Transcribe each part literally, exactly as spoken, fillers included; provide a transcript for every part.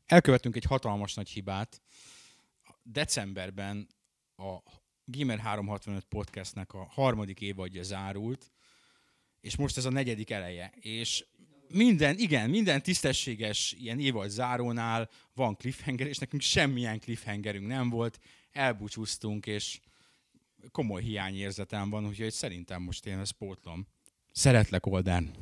elkövettünk egy hatalmas nagy hibát. Decemberben a Gamer háromszázhatvanöt podcastnek a harmadik évadja zárult, és most ez a negyedik eleje. És minden, igen, minden tisztességes ilyen évad zárónál van cliffhanger, és nekünk semmilyen cliffhangerünk nem volt. Elbúcsúztunk, és komoly hiányérzetem van, úgyhogy szerintem most én ezt pótlom. Szeretlek, Oldán!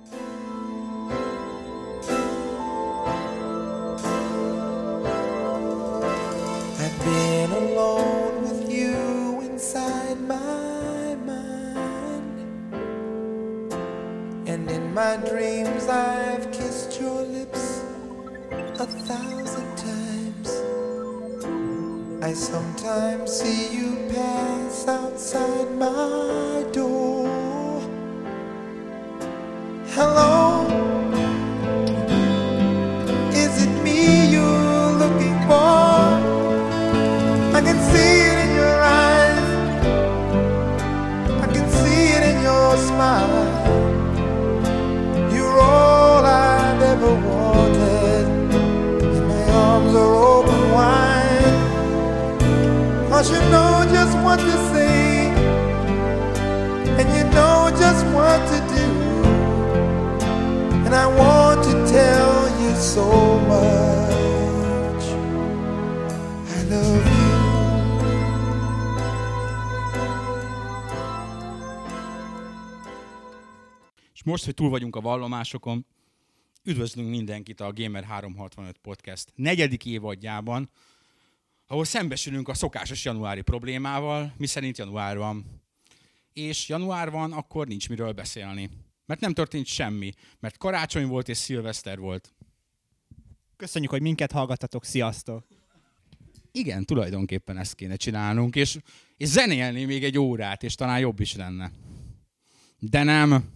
Been alone with you inside my mind, and in my dreams I've kissed your lips a thousand times. I sometimes see you pass outside my door. Hello, is it me you're looking for? I can see it in your eyes, I can see it in your smile. You're all I've ever wanted, and my arms are open wide. 'Cause you know just what to say, and you know just what to do, and I want to tell you so much I love you. Most, hogy túl vagyunk a vallomásokon, üdvözlünk mindenkit a Gamer háromszázhatvanöt podcast negyedik évadjában, ahol szembesülünk a szokásos januári problémával, miszerint január van. És január van, akkor nincs miről beszélni. Mert nem történt semmi, mert karácsony volt és szilveszter volt. Köszönjük, hogy minket hallgattatok, sziasztok! Igen, tulajdonképpen ezt kéne csinálnunk, és, és zenélni még egy órát, és talán jobb is lenne. De nem...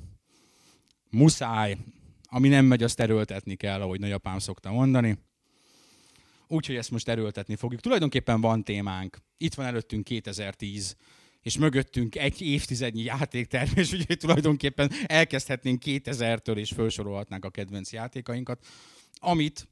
Muszáj. Ami nem megy, azt erőltetni kell, ahogy nagyapám szokta mondani. Úgyhogy ezt most erőltetni fogjuk. Tulajdonképpen van témánk. Itt van előttünk kétezer-tíz, és mögöttünk egy évtizednyi játéktermés, úgyhogy tulajdonképpen elkezdhetnénk kétezertől, és felsorolhatnánk a kedvenc játékainkat, amit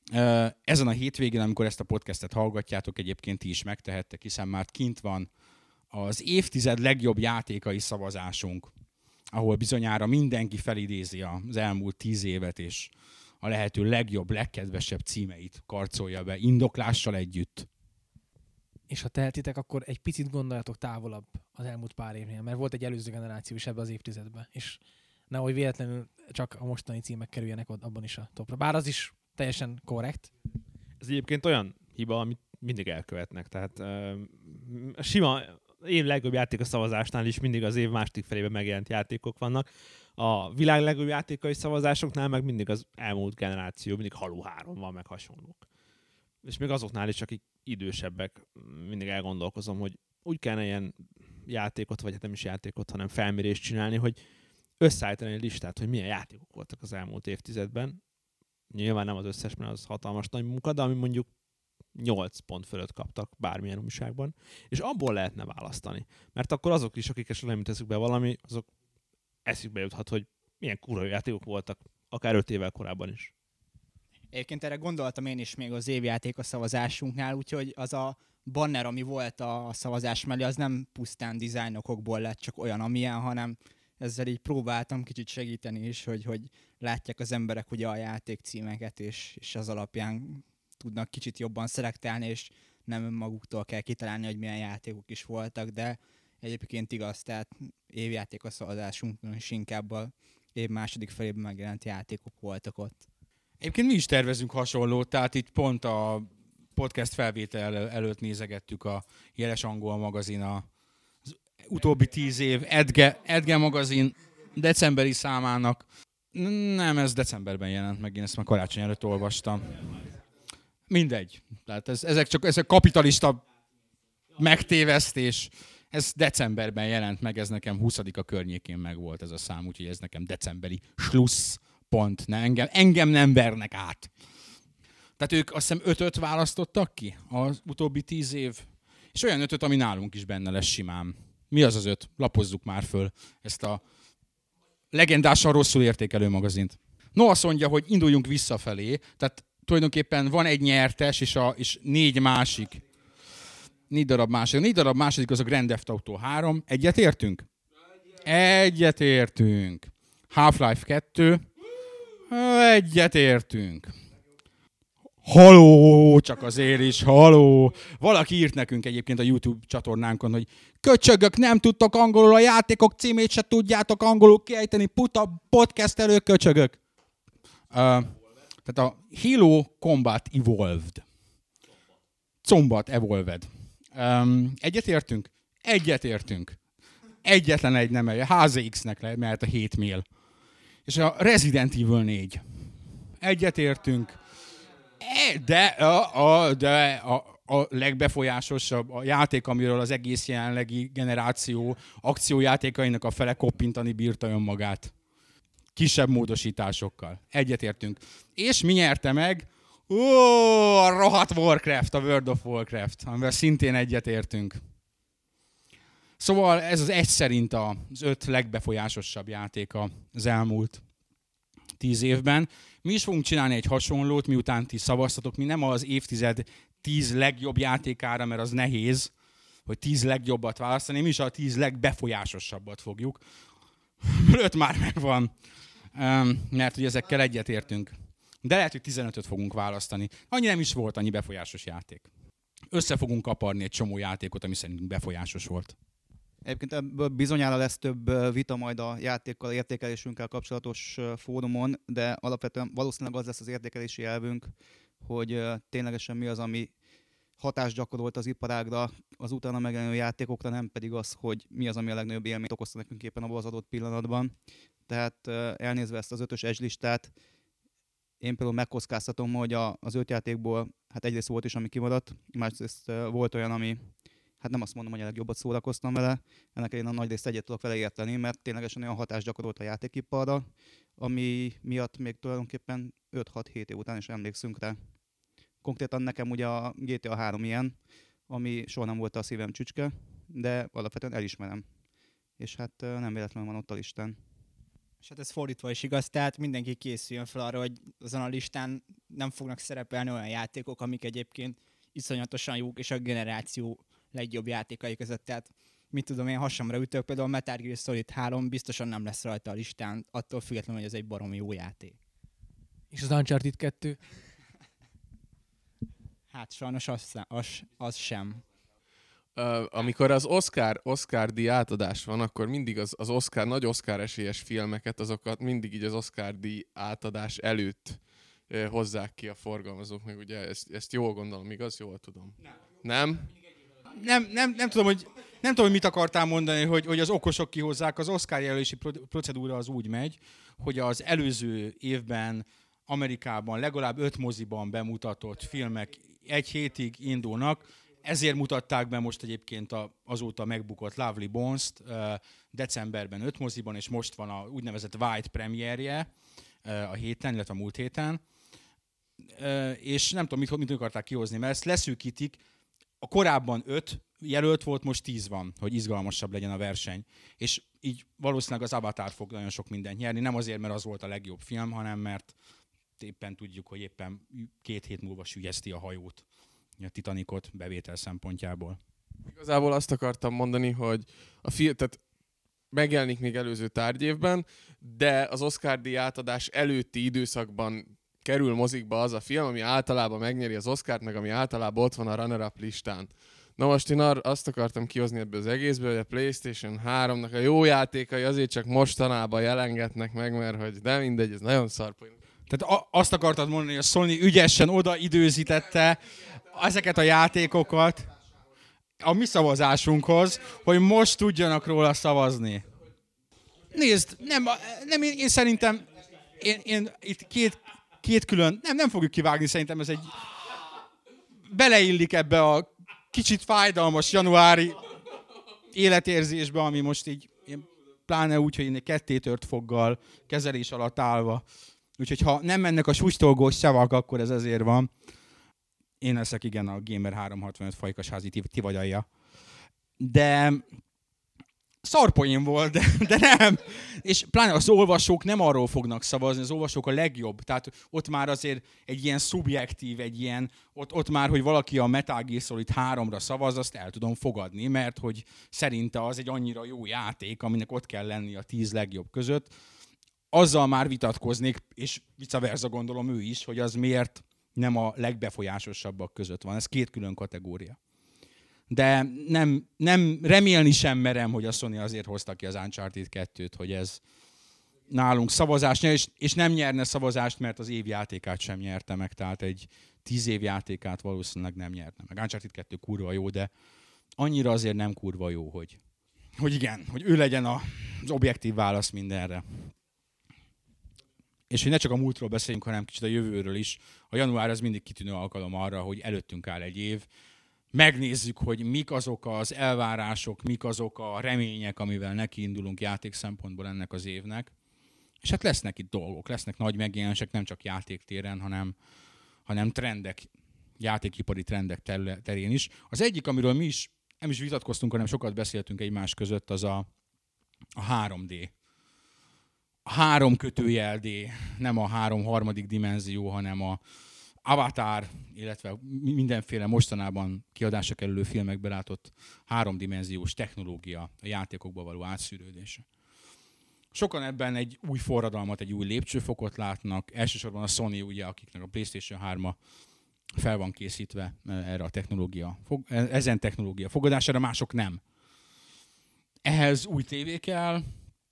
ezen a hétvégén, amikor ezt a podcastet hallgatjátok, egyébként ti is megtehettek, hiszen már kint van az évtized legjobb játékai szavazásunk, ahol bizonyára mindenki felidézi az elmúlt tíz évet, és a lehető legjobb, legkedvesebb címeit karcolja be, indoklással együtt. És ha tehetitek, akkor egy picit gondoljatok távolabb az elmúlt pár évnél, mert volt egy előző generáció is ebben az évtizedben, és nehogy véletlenül csak a mostani címek kerüljenek abban is a topra. Bár az is teljesen korrekt. Ez egyébként olyan hiba, amit mindig elkövetnek. Tehát uh, sima év legjobb játék a szavazásnál is mindig az év második felében megjelent játékok vannak. A világ legjobb játékai szavazásoknál meg mindig az elmúlt generáció, mindig Halo három van, meg hasonlók. És még azoknál is, akik idősebbek, mindig elgondolkozom, hogy úgy kellene ilyen játékot, vagy hát nem is játékot, hanem felmérést csinálni, hogy összeállítani egy listát, hogy milyen játékok voltak az elmúlt évtizedben. Nyilván nem az összes, mert az hatalmas nagy munka, de ami mondjuk nyolc pont fölött kaptak bármilyen újságban, és abból lehetne választani. Mert akkor azok is, akik esetleg nem teszük be valami, azok eszükbe juthat, hogy milyen kurva játékok voltak, akár öt évvel korábban is. Egyébként erre gondoltam én is még az évjáték a szavazásunknál, úgyhogy az a banner, ami volt a szavazás mellé, az nem pusztán dizájnokokból lett csak olyan, amilyen, hanem ezzel így próbáltam kicsit segíteni is, hogy, hogy látják az emberek ugye a játékcímeket, és, és az alapján tudnak kicsit jobban szelektálni, és nem önmaguktól kell kitalálni, hogy milyen játékok is voltak, de egyébként igaz, tehát évjáték a szavazásunkon is inkább a év második felében megjelent játékok voltak ott. Egyébként mi is tervezünk hasonlót, tehát itt pont a podcast felvétel előtt nézegettük a Jeles Angol magazin, az utóbbi tíz év Edge, Edge magazin decemberi számának. Nem, ez decemberben jelent meg, én ezt már karácsony előtt olvastam. Mindegy. Tehát ez, ezek csak ezek kapitalista megtévesztés. Ez decemberben jelent meg, ez nekem huszadika környékén megvolt ez a szám, úgyhogy ez nekem decemberi slussz pont. Ne, engem, engem nem vernek át. Tehát ők azt hiszem ötöt választottak ki az utóbbi tíz év, és olyan ötöt, ami nálunk is benne lesz simán. Mi az az öt? Lapozzuk már föl ezt a legendásan rosszul értékelő magazint. No, azt mondja, hogy induljunk visszafelé, tehát tulajdonképpen van egy nyertes, és, a, és négy másik. Négy darab másik. Négy darab második az a Grand Theft Auto három. Egyet értünk? Egyet értünk. Half-Life kettő. Egyet értünk. Haló, csak azért is, haló. Valaki írt nekünk egyébként a YouTube csatornánkon, hogy köcsögök, nem tudtok angolul, a játékok címét se tudjátok angolul kiejteni, puta podcastelő köcsögök. Uh, tehát a Halo Combat Evolved. Combat Evolved. Um, egyet értünk? Egyet értünk. Egyetlen egy nem elég. há zé iksz-nek le, mert a hét mail. És a Resident Evil négy. Egyet értünk. De a, a, de a, a legbefolyásosabb a játék, amiről az egész jelenlegi generáció akciójátékainak a fele koppintani bírta önmagát. Kisebb módosításokkal. Egyetértünk. És mi nyerte meg? Ó, a rohadt Warcraft, a World of Warcraft, amivel szintén egyetértünk. Szóval ez az egy szerint az öt legbefolyásosabb játéka az elmúlt tíz évben. Mi is fogunk csinálni egy hasonlót, miután ti szavaztatok. Mi nem az évtized tíz legjobb játékára, mert az nehéz, hogy tíz legjobbat választani. Mi is a tíz legbefolyásosabbat fogjuk. öt már megvan, mert hogy ezekkel egyetértünk. De lehet, hogy tizenötöt fogunk választani. Annyi nem is volt annyi befolyásos játék. Össze fogunk kaparni egy csomó játékot, ami szerintünk befolyásos volt. Egyébként ebből bizonyára lesz több vita majd a játékkal, értékelésünkkel kapcsolatos fórumon, de alapvetően valószínűleg az lesz az értékelési elvünk, hogy ténylegesen mi az, ami hatást gyakorolt az iparágra, az utána megjelenő játékokra, nem pedig az, hogy mi az, ami a legnagyobb élményt okozta nekünk éppen abban az adott pillanatban. Tehát elnézve ezt az ötös edgelistát, én például megkockáztatom, hogy a, az öt játékból hát egyrészt volt is, ami kimaradt, másrészt volt olyan, ami hát nem azt mondom, hogy a legjobbat szórakoztam vele, ennek én a nagy részt egyet tudok vele érteni, mert ténylegesen olyan hatást gyakorolt a játékiparra, ami miatt még tulajdonképpen öt-hat-hét év után is emlékszünk rá. Konkrétan nekem ugye a gé té á három ilyen, ami soha nem volt a szívem csücske, de alapvetően elismerem. És hát nem véletlenül van ott a listán. És hát ez fordítva is igaz, tehát mindenki készüljön fel arra, hogy azon a listán nem fognak szerepelni olyan játékok, amik egyébként iszonyatosan jók, és a generáció legjobb játékai között. Tehát mit tudom én, hasamra ütök, például a Metal Gear Solid három biztosan nem lesz rajta a listán, attól függetlenül, hogy ez egy baromi jó játék. És az Uncharted kettő? Hát sajnos az, az, az sem. Uh, amikor az Oscar, Oscar díj átadás van, akkor mindig az, az Oscar, nagy Oscar esélyes filmeket, azokat mindig így az Oscar díj átadás előtt uh, hozzák ki a forgalmazók, meg ugye ezt, ezt jól gondolom, igaz? Jól tudom. Nem? Nem, nem, nem, nem, tudom, hogy, nem tudom, hogy mit akartál mondani, hogy, hogy az okosok kihozzák. Az Oscar jelölési procedúra az úgy megy, hogy az előző évben Amerikában legalább öt moziban bemutatott filmek egy hétig indulnak. Ezért mutatták be most egyébként a, azóta megbukott Lovely Bones-t uh, decemberben öt moziban, és most van a úgynevezett White premierje uh, a héten, illetve a múlt héten. Uh, és nem tudom, mit, mit akarták kihozni, mert ezt leszűkítik. A korábban öt jelölt volt, most tíz van, hogy izgalmasabb legyen a verseny. És így valószínűleg az Avatar fog nagyon sok mindent nyerni. Nem azért, mert az volt a legjobb film, hanem mert éppen tudjuk, hogy éppen két hét múlva sülyezti a hajót, a Titanicot bevétel szempontjából. Igazából azt akartam mondani, hogy a film, tehát megjelenik még előző tárgyévben, de az Oscar-díj átadás előtti időszakban kerül mozikba az a film, ami általában megnyeri az Oscart, meg ami általában ott van a runner-up listán. Na most én ar- azt akartam kihozni ebből az egészből, hogy a PlayStation háromnak a jó játékai azért csak mostanában jelengetnek meg, mert hogy de mindegy, ez nagyon szarpoint. Tehát a- azt akartad mondani, hogy a Sony ügyesen oda időzítette ezeket a játékokat a mi szavazásunkhoz, hogy most tudjanak róla szavazni. Nézd, nem, nem én, én szerintem én, én itt két, két külön, nem, nem fogjuk kivágni, szerintem ez egy beleillik ebbe a kicsit fájdalmas januári életérzésbe, ami most így, én pláne úgy, hogy én egy kettétört foggal kezelés alatt állva. Úgyhogy ha nem mennek a sustolgós szavak, akkor ez ezért van. Én leszek igen a Gamer háromszázhatvanöt fajkasházi ti vagy alja. De szarpoén volt, de, de nem. És pláne az olvasók nem arról fognak szavazni, az olvasók a legjobb. Tehát ott már azért egy ilyen szubjektív, egy ilyen, ott, ott már, hogy valaki a Metal Gear Solid háromra szavaz, azt el tudom fogadni, mert hogy szerinte az egy annyira jó játék, aminek ott kell lenni a tíz legjobb között. Azzal már vitatkoznék, és vice versa gondolom ő is, hogy az miért nem a legbefolyásosabbak között van. Ez két külön kategória. De nem, nem remélni sem merem, hogy a Sony azért hozta ki az Uncharted kettőt, hogy ez nálunk szavazás nyer, és, és nem nyerne szavazást, mert az év játékát sem nyerte meg, tehát egy tíz év játékát valószínűleg nem nyerte meg. Uncharted kettő kurva jó, de annyira azért nem kurva jó, hogy, hogy igen, hogy ő legyen a, az objektív válasz mindenre. És hogy ne csak a múltról beszéljünk, hanem kicsit a jövőről is. A január az mindig kitűnő alkalom arra, hogy előttünk áll egy év. Megnézzük, hogy mik azok az elvárások, mik azok a remények, amivel nekiindulunk játék szempontból ennek az évnek. És hát lesznek itt dolgok, lesznek nagy megjelenések, nem csak játéktéren, hanem, hanem trendek, játékipari trendek terén is. Az egyik, amiről mi is nem is vitatkoztunk, hanem sokat beszéltünk egymás között, az a, a három dé. A három kötőjel D, nem a három harmadik dimenzió, hanem a Avatar, illetve mindenféle mostanában kiadásra kerülő filmekben látott háromdimenziós technológia a játékokba való átszűrődése. Sokan ebben egy új forradalmat, egy új lépcsőfokot látnak, elsősorban a Sony, ugye, akiknek a PlayStation három fel van készítve erre a technológia, ezen technológia fogadására, mások nem. Ehhez új tévé kell.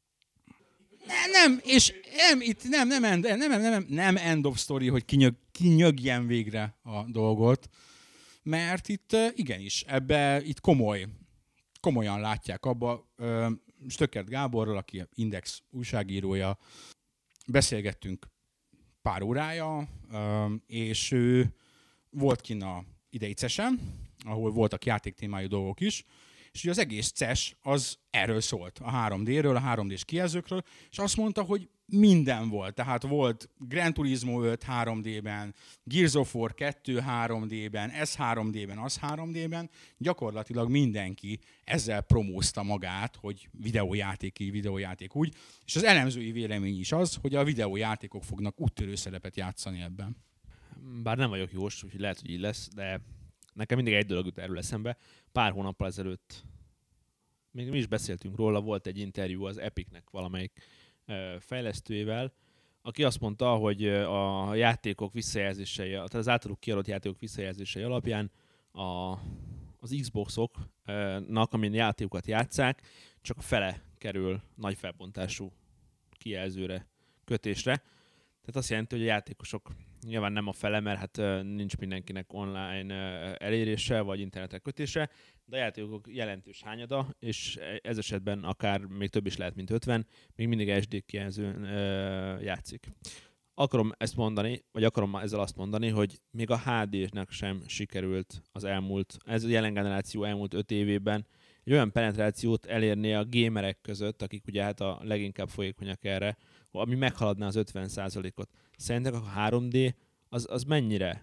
Nem, nem, és nem, itt nem, nem, end, nem, nem, nem, nem end of story, hogy kinyög, kinyögjen végre a dolgot, mert itt igenis, ebbe itt komoly, komolyan látják abba. Stöckert Gáborral, aki Index újságírója, beszélgettünk pár órája, és ő volt kinn a idei cesen, ahol voltak játéktémájú dolgok is, és ugye az egész ces az erről szólt, a három dé-ről, a három dés kijelzőkről, és azt mondta, hogy minden volt. Tehát volt Gran Turismo öt három dében, Gears of War kettő három dében, ez három dében, az három dében, gyakorlatilag mindenki ezzel promózta magát, hogy videójáték így, videójáték úgy, és az elemzői vélemény is az, hogy a videójátékok fognak úttörő szerepet játszani ebben. Bár nem vagyok jós, úgyhogy lehet, hogy így lesz, de nekem mindig egy dolog jut erről eszembe. Pár hónappal ezelőtt, még mi is beszéltünk róla, volt egy interjú az Epicnek valamelyik fejlesztőjével, aki azt mondta, hogy a játékok visszajelzései, tehát az általuk kiadott játékok visszajelzései alapján a, az Xboxoknak, amin játékokat játsszák, csak a fele kerül nagy felbontású kijelzőre, kötésre. Tehát azt jelenti, hogy a játékosok nyilván nem a fele, mert hát nincs mindenkinek online elérése vagy internetre kötése, de a játékok jelentős hányada, és ez esetben akár még több is lehet, mint ötven, még mindig es dé kijelzőn játszik. Akarom ezt mondani, vagy akarom ezzel azt mondani, hogy még a há dé-nek sem sikerült az elmúlt, ez a jelen generáció elmúlt öt évében egy olyan penetrációt elérni a gamerek között, akik ugye hát a leginkább folyékonyak erre, ami meghaladná az ötven százalékot. Szerintek a három dé az, az mennyire?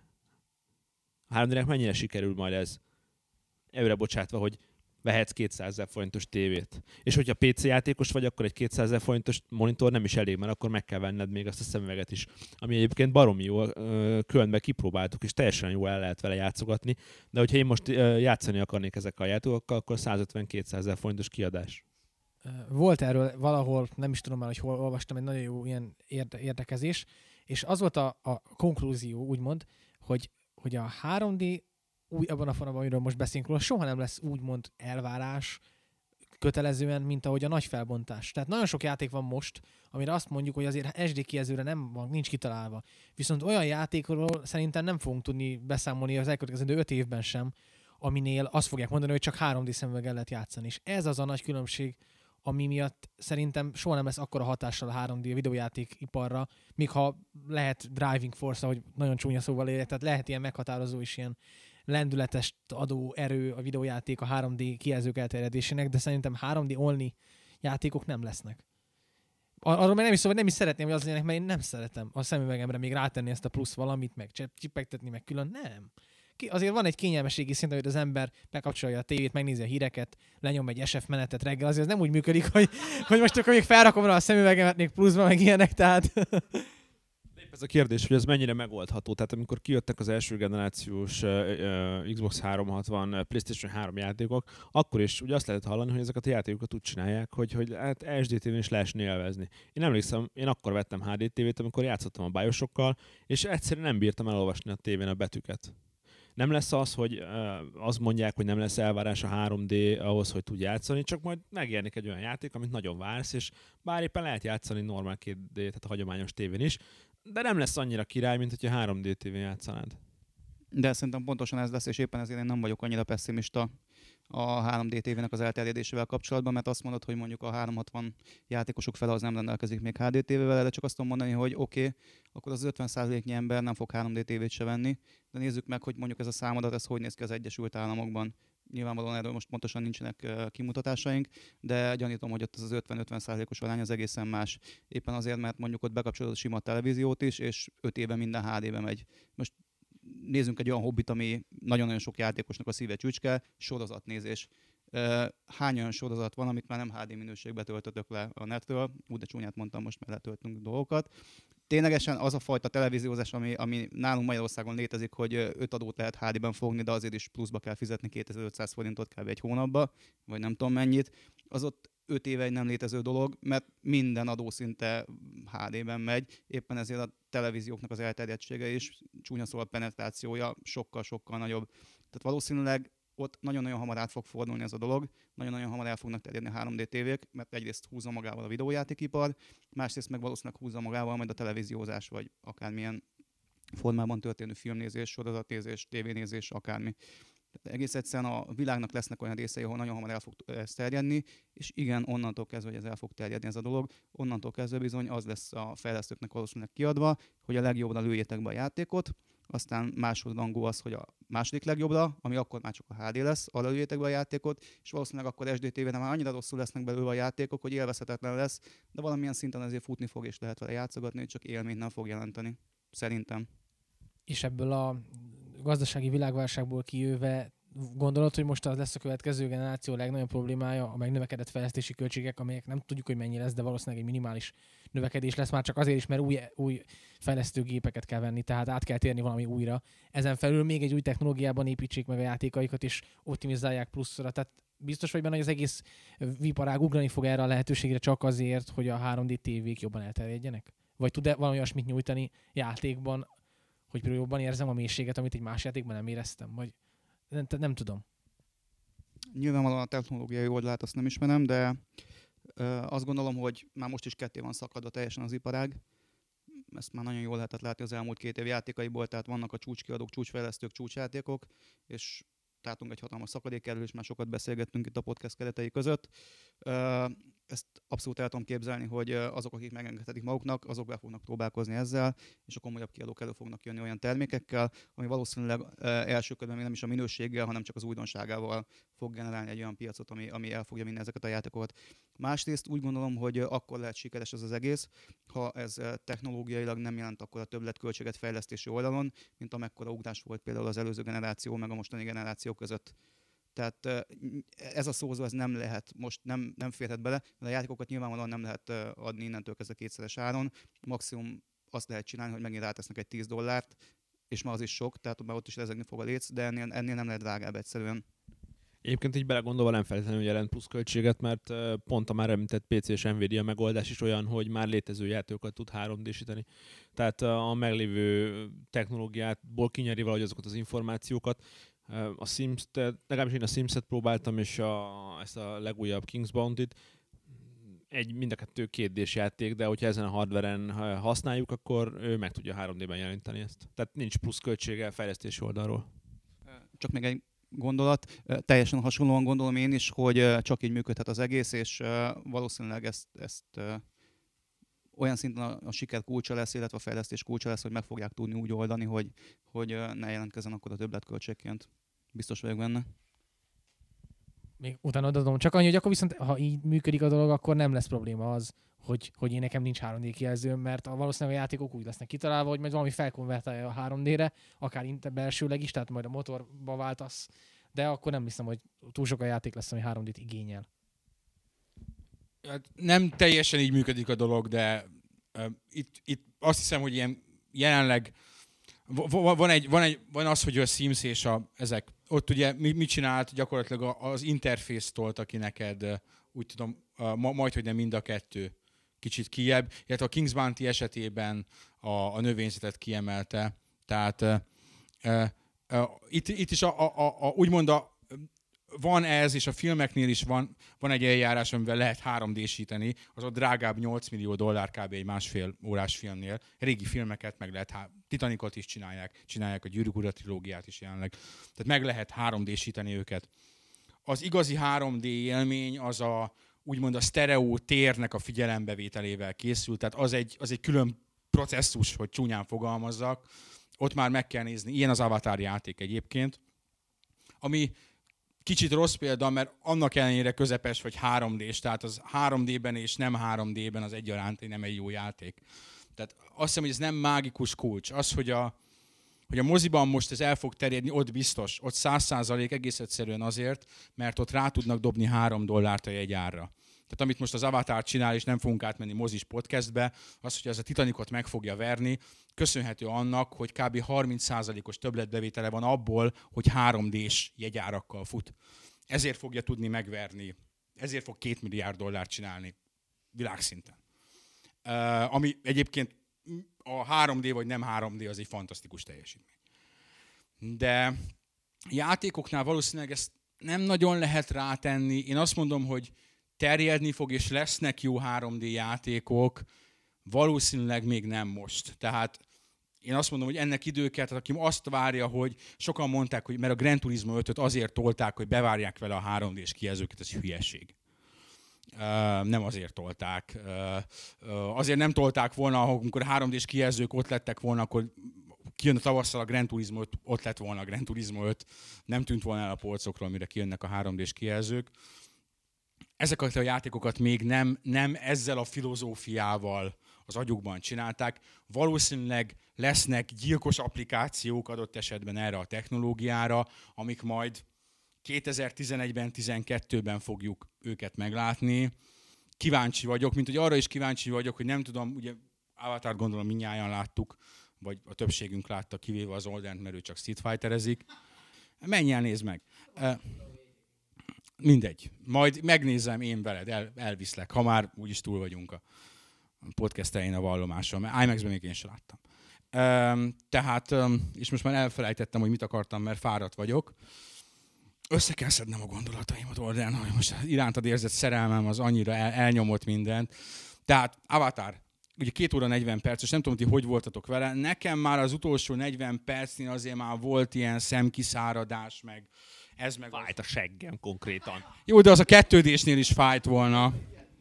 A három dé-nek mennyire sikerül majd ez? Előre bocsátva, hogy vehetsz kétszázezer forintos tévét. És hogyha pé cé játékos vagy, akkor egy kétszázezer forintos monitor nem is elég, mert akkor meg kell venned még azt a szemüveget is. Ami egyébként baromi jó, Kölnben kipróbáltuk, és teljesen jól el lehet vele játszogatni. De hogyha én most játszani akarnék ezekkel a játékokkal, akkor százötven-kétszázezer forintos kiadás. Volt erről valahol, nem is tudom már, hogy hol olvastam, egy nagyon jó ilyen érde- érdekezés, és az volt a, a konklúzió, úgymond, hogy, hogy a három dé új, abban a formában, amiről most beszélünk róla, soha nem lesz úgymond elvárás kötelezően, mint ahogy a nagy felbontás. Tehát nagyon sok játék van most, amire azt mondjuk, hogy azért es dé kijelzőre nem van, nincs kitalálva. Viszont olyan játékról szerintem nem fogunk tudni beszámolni az elkövetkezendő öt évben sem, aminél azt fogják mondani, hogy csak három dé szemüveggel lehet játszani. És ez az a nagy különbség, ami miatt szerintem soha nem lesz akkora hatással a három dé a videójátékiparra, míg ha lehet driving force, ahogy nagyon csúnya szóval érjek, tehát lehet ilyen meghatározó is ilyen lendületes adó erő a videójáték a három dé kijelzők elterjedésének, de szerintem három dé only játékok nem lesznek. Ar- arról meg nem is szó, hogy nem is szeretném, hogy az legyenek, mert én nem szeretem a szemüvegemre még rátenni ezt a plusz valamit, meg csipegtetni, meg külön. Nem. ki, azért van egy kényelmeségi szint, hogy az ember bekapcsolja a tévét, megnézi a híreket, lenyom egy es ef menetet reggel, azért ez nem úgy működik, hogy, hogy most akkor még felrakom rá a szemüvegemet még pluszban, meg ilyenek, tehát... Ez a kérdés, hogy ez mennyire megoldható. Tehát amikor kijöttek az első generációs uh, uh, Xbox háromszázhatvan, PlayStation három játékok, akkor is ugye azt lehet hallani, hogy ezeket a játékokat úgy csinálják, hogy, hogy hát es dé té-n is lehessen élvezni. Én emlékszem, én akkor vettem há dé tévét, amikor játszottam a BioShockkal, és egyszerűen nem bírtam elolvasni a tévén a betűket. Nem lesz az, hogy uh, azt mondják, hogy nem lesz elvárás a három dé ahhoz, hogy tudj játszani, csak majd megjelenik egy olyan játék, amit nagyon vársz, és bár éppen lehet játszani normál két dé, tehát a hagyományos tévén is, de nem lesz annyira király, mint hogyha három dé tévén játszanád. De szerintem pontosan ez lesz, és éppen ezért én nem vagyok annyira pessimista a három dé tévének az elterjedésével kapcsolatban, mert azt mondod, hogy mondjuk a háromszázhatvan játékosok fele az nem rendelkezik még há dé tévével, de csak azt tudom mondani, hogy oké, okay, akkor az ötven százaléknyi ember nem fog három dé tévét se venni, de nézzük meg, hogy mondjuk ez a számadat, ez hogy néz ki az Egyesült Államokban. Nyilvánvalóan erről most pontosan nincsenek uh, kimutatásaink, de gyanítom, hogy ott ez az ötven-ötven százalékos arány az egészen más. Éppen azért, mert mondjuk ott bekapcsolod a sima televíziót is, és öt éve minden há dé-be megy. Most nézzünk egy olyan hobbit, ami nagyon-nagyon sok játékosnak a szíve csücske, sorozatnézés. Uh, hány olyan sorozat van, amit már nem há dé minőségbe töltöttök le a netről, úgy de csúnyát mondtam, most már letöltünk dolgokat. Ténylegesen az a fajta televíziózás, ami, ami nálunk Magyarországon létezik, hogy öt adót lehet há dé-ben fogni, de azért is pluszba kell fizetni kétezer-ötszáz forintot kb. Egy hónapba, vagy nem tudom mennyit, az ott öt éve egy nem létező dolog, mert minden adó szinte há dé-ben megy, éppen ezért a televízióknak az elterjedtsége is, csúnya szóval a penetrációja sokkal-sokkal nagyobb. Tehát valószínűleg ott nagyon-nagyon hamar át fog fordulni ez a dolog, nagyon-nagyon hamar el fognak terjedni a három dé tévék, mert egyrészt húzza magával a videójátékipar, másrészt meg valószínűleg húzza magával majd a televíziózás, vagy akármilyen formában történő filmnézés, sorozatnézés, tévénézés, akármi. Tehát egész egyszerűen a világnak lesznek olyan részei, ahol nagyon hamar el fog ez terjedni, és igen, onnantól kezdve, hogy ez el fog terjedni ez a dolog, onnantól kezdve bizony az lesz a fejlesztőknek valószínűleg kiadva, hogy a legjobbra lőjétek be a játékot, aztán másodrangú az, hogy a második legjobbra, ami akkor már csak a há dé lesz, arra lőjétek be a játékot, és valószínűleg akkor es dé tévén már annyira rosszul lesznek belőle a játékok, hogy élvezhetetlen lesz, de valamilyen szinten azért futni fog, és lehet vele játszogatni, csak élményt nem fog jelenteni. Szerintem. És ebből a gazdasági világválságból kijöve gondolod, hogy most az lesz a következő generáció legnagyobb problémája, a megnövekedett fejlesztési költségek, amelyek nem tudjuk, hogy mennyi lesz, de valószínűleg egy minimális növekedés lesz, már csak azért is, mert új, új fejlesztőgépeket kell venni, tehát át kell térni valami újra. Ezen felül még egy új technológiában építsék meg a játékaikat, és optimizálják pluszra. Tehát biztos vagy benne, hogy az egész viparág ugrani fog erre a lehetőségre csak azért, hogy a három dé tévék jobban elterjedjenek? Vagy tud-e valami olyasmit nyújtani játékban, hogy jobban érzem a mélységet, amit egy más játékban nem éreztem? Vagy nem, nem tudom. Nyilvánvalóan a technológiai oldalát azt nem ismerem, de ö, azt gondolom, hogy már most is ketté van szakadva teljesen az iparág. Ezt már nagyon jól lehetett látni az elmúlt két év játékaiból, tehát vannak a csúcskiadók, csúcsfejlesztők, csúcsjátékok, és látunk egy hatalmas szakadék erről, és már sokat beszélgettünk itt a podcast keretei között. Ö, ezt abszolút el tudom képzelni, hogy azok, akik megengedhetik maguknak, azok be fognak próbálkozni ezzel, és a komolyabb kiadók elő fognak jönni olyan termékekkel, ami valószínűleg első körben még nem is a minőséggel, hanem csak az újdonságával fog generálni egy olyan piacot, ami, ami el fogja vinni ezeket a játékokat. Másrészt úgy gondolom, hogy akkor lehet sikeres ez az egész, ha ez technológiailag nem jelent akkor a többletköltséget fejlesztési oldalon, mint amekkora ugrás volt például az előző generáció meg a mostani generáció között. Tehát ez a szózó ez nem lehet, most nem, nem férhet bele, de a játékokat nyilvánvalóan nem lehet adni innentől kezdve kétszeres áron. Maximum azt lehet csinálni, hogy megint rátesznek egy tíz dollárt, és már az is sok, tehát már ott is lezegni fog a léc, de ennél, ennél nem lehet drágább egyszerűen. Egyébként így belegondolva nem feltétlenül jelent pluszköltséget, mert pont a már említett pé cé és Nvidia megoldás is olyan, hogy már létező játékokat tud három dé-síteni. Tehát a meglévő technológiából kinyeri valahogy azokat az információkat. A Sims, legalábbis én a Sims-et próbáltam, és a, ezt a legújabb King's Bounty-t. Egy, mind a kettő két dés játék, de hogyha ezen a hardveren használjuk, akkor ő meg tudja három dé-ben jelenteni ezt. Tehát nincs pluszköltsége fejlesztési oldalról. Csak még egy gondolat. Teljesen hasonlóan gondolom én is, hogy csak így működhet az egész, és valószínűleg ezt, ezt olyan szinten a, a siker kulcsa lesz, illetve a fejlesztés kulcsa lesz, hogy meg fogják tudni úgy oldani, hogy, hogy ne jelentkezzen akkor a többletköltségként. Biztos vagyok benne. Még utána adom. Csak annyi, hogy akkor viszont, ha így működik a dolog, akkor nem lesz probléma az, hogy, hogy én nekem nincs három dé kijelzőm, mert a valószínűleg a játékok úgy lesznek kitalálva, hogy majd valami felkonvertálja a három dére, akár belsőleg is, tehát majd a motorba váltasz, de akkor nem hiszem, hogy túl sok a játék lesz, ami három dét igényel. Hát nem teljesen így működik a dolog, de uh, itt, itt azt hiszem, hogy ilyen jelenleg van, egy, van, egy, van az, hogy a Sims és a, ezek, ott ugye mit csinált, gyakorlatilag az interfész tolta ki neked, úgy tudom, majd, hogy nem mind a kettő kicsit kijebb, illetve a King's Bounty esetében a, a növényzetet kiemelte. Tehát uh, uh, uh, itt, itt is a, a, a, a, úgymond a, van ez, és a filmeknél is van, van egy eljárás, amivel lehet három dé-síteni, az ott drágább nyolc millió dollár kb. Egy másfél órás filmnél. Régi filmeket meg lehet, há- Titanicot is csinálják, csinálják a Gyűrűk Ura trilógiát is jelenleg. Tehát meg lehet három dé-síteni őket. Az igazi három dé élmény az a, úgymond a sztereó térnek a figyelembevételével készült, tehát az egy, az egy külön processzus, hogy csúnyán fogalmazzak. Ott már meg kell nézni. Ilyen az Avatar játék egyébként, ami kicsit rossz példa, mert annak ellenére közepes vagy három dés, tehát az három dében és nem három dében az egyaránt nem egy jó játék. Tehát azt hiszem, hogy ez nem mágikus kulcs. Az, hogy a, hogy a moziban most ez el fog terjedni, ott biztos. Ott száz százalék egész egyszerűen azért, mert ott rá tudnak dobni három dollárt a jegyárra. Tehát amit most az Avatar csinál, és nem fogunk átmenni mozis podcastbe, az, hogy ez a Titanicot meg fogja verni, köszönhető annak, hogy kb. harminc százalékos többletbevétele van abból, hogy három dés jegyárakkal fut. Ezért fogja tudni megverni, ezért fog két milliárd dollárt csinálni világszinten. Uh, ami egyébként a három dé vagy nem három dé az egy fantasztikus teljesítmény. De játékoknál valószínűleg ezt nem nagyon lehet rátenni. Én azt mondom, hogy terjedni fog, és lesznek jó három dé játékok, valószínűleg még nem most. Tehát én azt mondom, hogy ennek idő kell, tehát aki azt várja, hogy sokan mondták, hogy mert a Gran Turismo ötöt azért tolták, hogy bevárják vele a három dés kijelzőket, ez hülyeség. Uh, nem azért tolták. Uh, uh, azért nem tolták volna, amikor a három dés kijelzők ott lettek volna, akkor kijön a tavasszal a Gran Turismo öt, ott lett volna a Gran Turismo öt, nem tűnt volna el a polcokról, mire kijönnek a három dés kijelzők. Ezeket a játékokat még nem, nem ezzel a filozófiával az agyukban csinálták. Valószínűleg lesznek gyilkos applikációk adott esetben erre a technológiára, amik majd kétezer-tizenegyben, tizenkettőben fogjuk őket meglátni. Kíváncsi vagyok, mint hogy arra is kíváncsi vagyok, hogy nem tudom, ugye Avatar gondolom mindnyájan láttuk, vagy a többségünk látta, kivéve az Oldent, mert ő csak Street Fighterezik. Menj el, nézd meg. Mindegy. Majd megnézem én veled, el, elviszlek, ha már úgyis túl vagyunk a podcast elején a vallomáson, mert IMAX-ben még én sem láttam. Um, tehát, um, és most már elfelejtettem, hogy mit akartam, mert fáradt vagyok. Össze kell szednem a gondolataimat oldalán, hogy most irántad érzett szerelmem az annyira el, elnyomott mindent. Tehát Avatar, ugye két óra negyven perces, nem tudom, hogy hogy voltatok vele. Nekem már az utolsó negyven percnél azért már volt ilyen szemkiszáradás, meg ez meg Fájt a seggem konkrétan. Jó, de az a kettődésnél is fájt volna.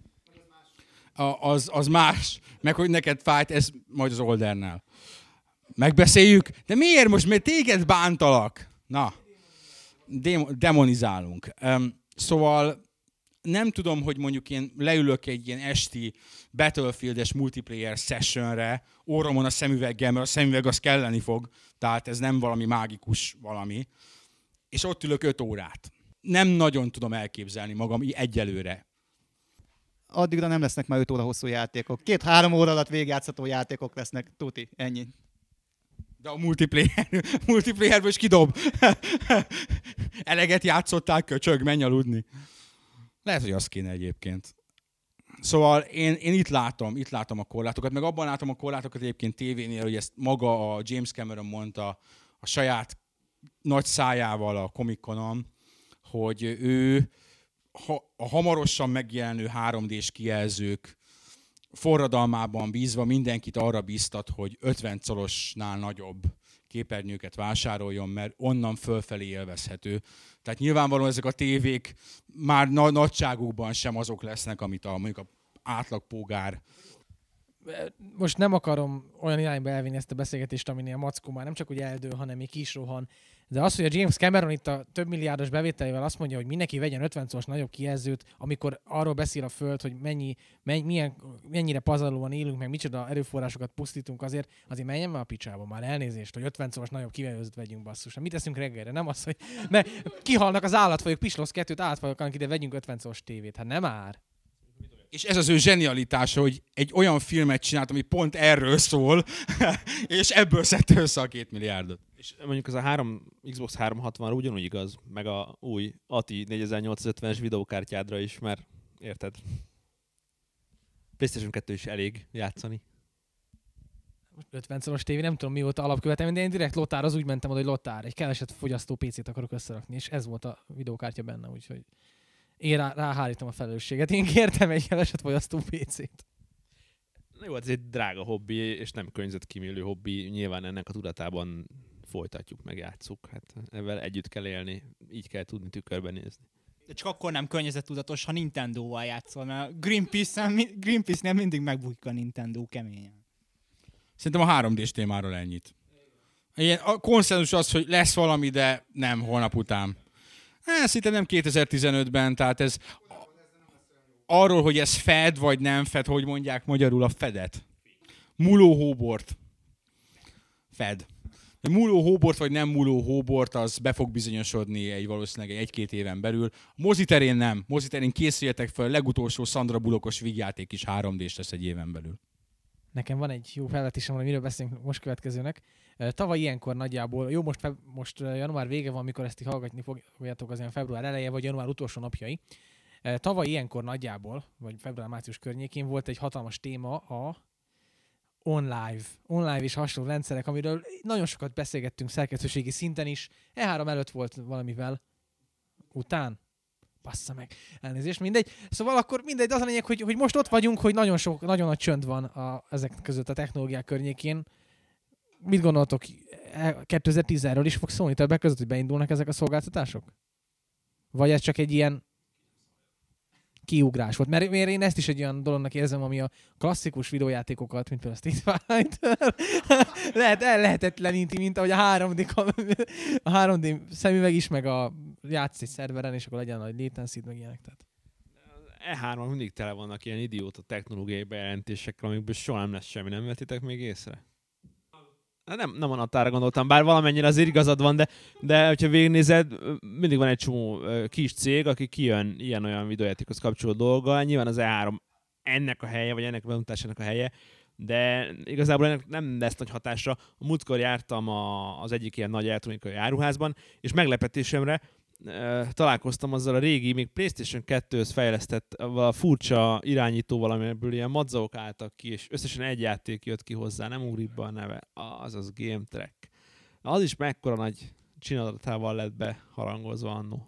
A, az, az más. Meg hogy neked fájt, ez majd az Oldernál. Megbeszéljük? De miért most? Mert téged bántalak. Na, Dem- demonizálunk. Um, szóval nem tudom, hogy mondjuk én leülök egy ilyen esti Battlefield-es multiplayer sessionre, orromon a szemüveggel, mert a szemüveg az kelleni fog, tehát ez nem valami mágikus valami, és ott ülök öt órát. Nem nagyon tudom elképzelni magam egyelőre. Addigra nem lesznek már öt óra hosszú játékok. Két-három óra alatt végigjátszható játékok lesznek. Tuti, ennyi. De a multiplayer, multiplayerből is kidob. Eleget játszottál, köcsög, menj aludni. Lehet, hogy az kéne egyébként. Szóval én, én itt látom, itt látom a korlátokat, meg abban látom a korlátokat egyébként tévénél, hogy ezt maga a James Cameron mondta a saját nagy szájával a Comic-Conon, hogy ő ha, a hamarosan megjelenő három dés kijelzők forradalmában bízva mindenkit arra bíztat, hogy ötven colosnál nagyobb képernyőket vásároljon, mert onnan fölfelé élvezhető. Tehát nyilvánvalóan ezek a tévék már na- nagyságukban sem azok lesznek, amit a, mondjuk a átlagpolgár most nem akarom olyan irányba elvinni ezt a beszélgetést, aminél Mackó már nem csak hogy eldől, hanem még ki is rohan. De az, hogy a James Cameron itt a több milliárdos bevételével azt mondja, hogy mindenki vegyen ötven szoros nagyobb kijelzőt, amikor arról beszél a Föld, hogy mennyi, mennyi, milyen, mennyire pazarlóan élünk, meg micsoda erőforrásokat pusztítunk azért, azért menjen már a picsába már elnézést, hogy ötven szoros nagyobb kijelzőt vegyünk basszus. Mit teszünk reggelre? Nem az, hogy mert kihalnak az állatfajok, pislóz kettőt, állatfajok, annak ide vegyünk ötven szoros tévét. Hát nem már. És ez az ő zsenialitása, hogy egy olyan filmet csinált, ami pont erről szól, és ebből szedte össze a két milliárdot. És mondjuk az a három, Xbox háromszázhatvanra ugyanúgy igaz, meg a új ATI négyezer-nyolcszázötvenes videókártyádra is, mert érted? PlayStation kettő is elég játszani. ötven szoros tévé, nem tudom mióta alapkövetelmény, de én direkt lotár, az úgy mentem oda, hogy lotár, egy keveset fogyasztó pé cét akarok összerakni, és ez volt a videókártya benne, úgyhogy én rá, ráhárítom a felelősséget. Én kértem egy keveset fogyasztó pé cét. Na jó, ez egy drága hobbi, és nem környezetkímélő hobbi. Nyilván ennek a tudatában folytatjuk, meg játsszuk. Hát ezzel együtt kell élni, így kell tudni tükörben nézni. De csak akkor nem környezettudatos, ha Nintendo-val játszol, mert Greenpeace-nél, Greenpeace-nél mindig megbukik a Nintendo keményen. Szerintem a három dés témáról ennyit. Ilyen, a konszenzus az, hogy lesz valami, de nem holnap után. Hát, szinte nem kétezer-tizenötben, tehát ez arról, hogy ez fed vagy nem fed, hogy mondják magyarul a fedet. Muló hóbort. Fed. Muló hóbort vagy nem muló hóbort, az be fog bizonyosodni egy valószínűleg egy-két éven belül. A moziterén nem. Moziterén készüljetek fel, a legutolsó Sandra Bullockos vígjáték is három dés lesz egy éven belül. Nekem van egy jó felvetésem, hogy miről beszélünk most következőnek. Tavaly ilyenkor nagyjából, jó most, feb, most január vége van, amikor ezt hallgatni fogjátok, az ilyen február eleje, vagy január utolsó napjai. Tavaly ilyenkor nagyjából, vagy február-március környékén volt egy hatalmas téma a OnLive. OnLive és hasonló rendszerek, amiről nagyon sokat beszélgettünk szerkesztőségi szinten is. E három előtt volt valamivel. Után? Bassza meg. Elnézést, mindegy. Szóval akkor mindegy, az a lényeg, hogy, hogy most ott vagyunk, hogy nagyon sok, nagyon nagy csönd van a, ezek között a technológiák környékén. Mit gondoltok, kétezer-tízről is fog szólni többek között, hogy beindulnak ezek a szolgáltatások? Vagy ez csak egy ilyen kiugrás volt? Mert, mert én ezt is egy olyan dolognak érzem, ami a klasszikus videójátékokat, mint például a Street Fighter, lehet, el lehetetleníti, mint ahogy a három dé, a három dé szemüveg is, meg a játsz egy szerveren, és akkor legyen a latency-t, meg ilyenek. Tehát. E három mindig tele vannak ilyen idióta technológiai bejelentésekkel, amikből soha nem lesz semmi, nem vettétek még észre? Nem, nem a natára gondoltam, bár valamennyire azért igazad van, de, de hogyha végignézed, mindig van egy csomó kis cég, aki kijön ilyen-olyan videójátékhoz kapcsolódó dolga. Nyilván az E három ennek a helye, vagy ennek a bemutatásának a helye, de igazából ennek nem lesz nagy hatásra. A múltkor jártam a, az egyik ilyen nagy elektronikai áruházban, és meglepetésemre találkoztam azzal a régi, még PlayStation kettőhöz fejlesztett a furcsa irányítóval, amiből ilyen madzagok álltak ki, és összesen egy játék jött ki hozzá, nem ugrik be a neve, azaz Game Track. Az is mekkora nagy csinálatával lett beharangozva annó.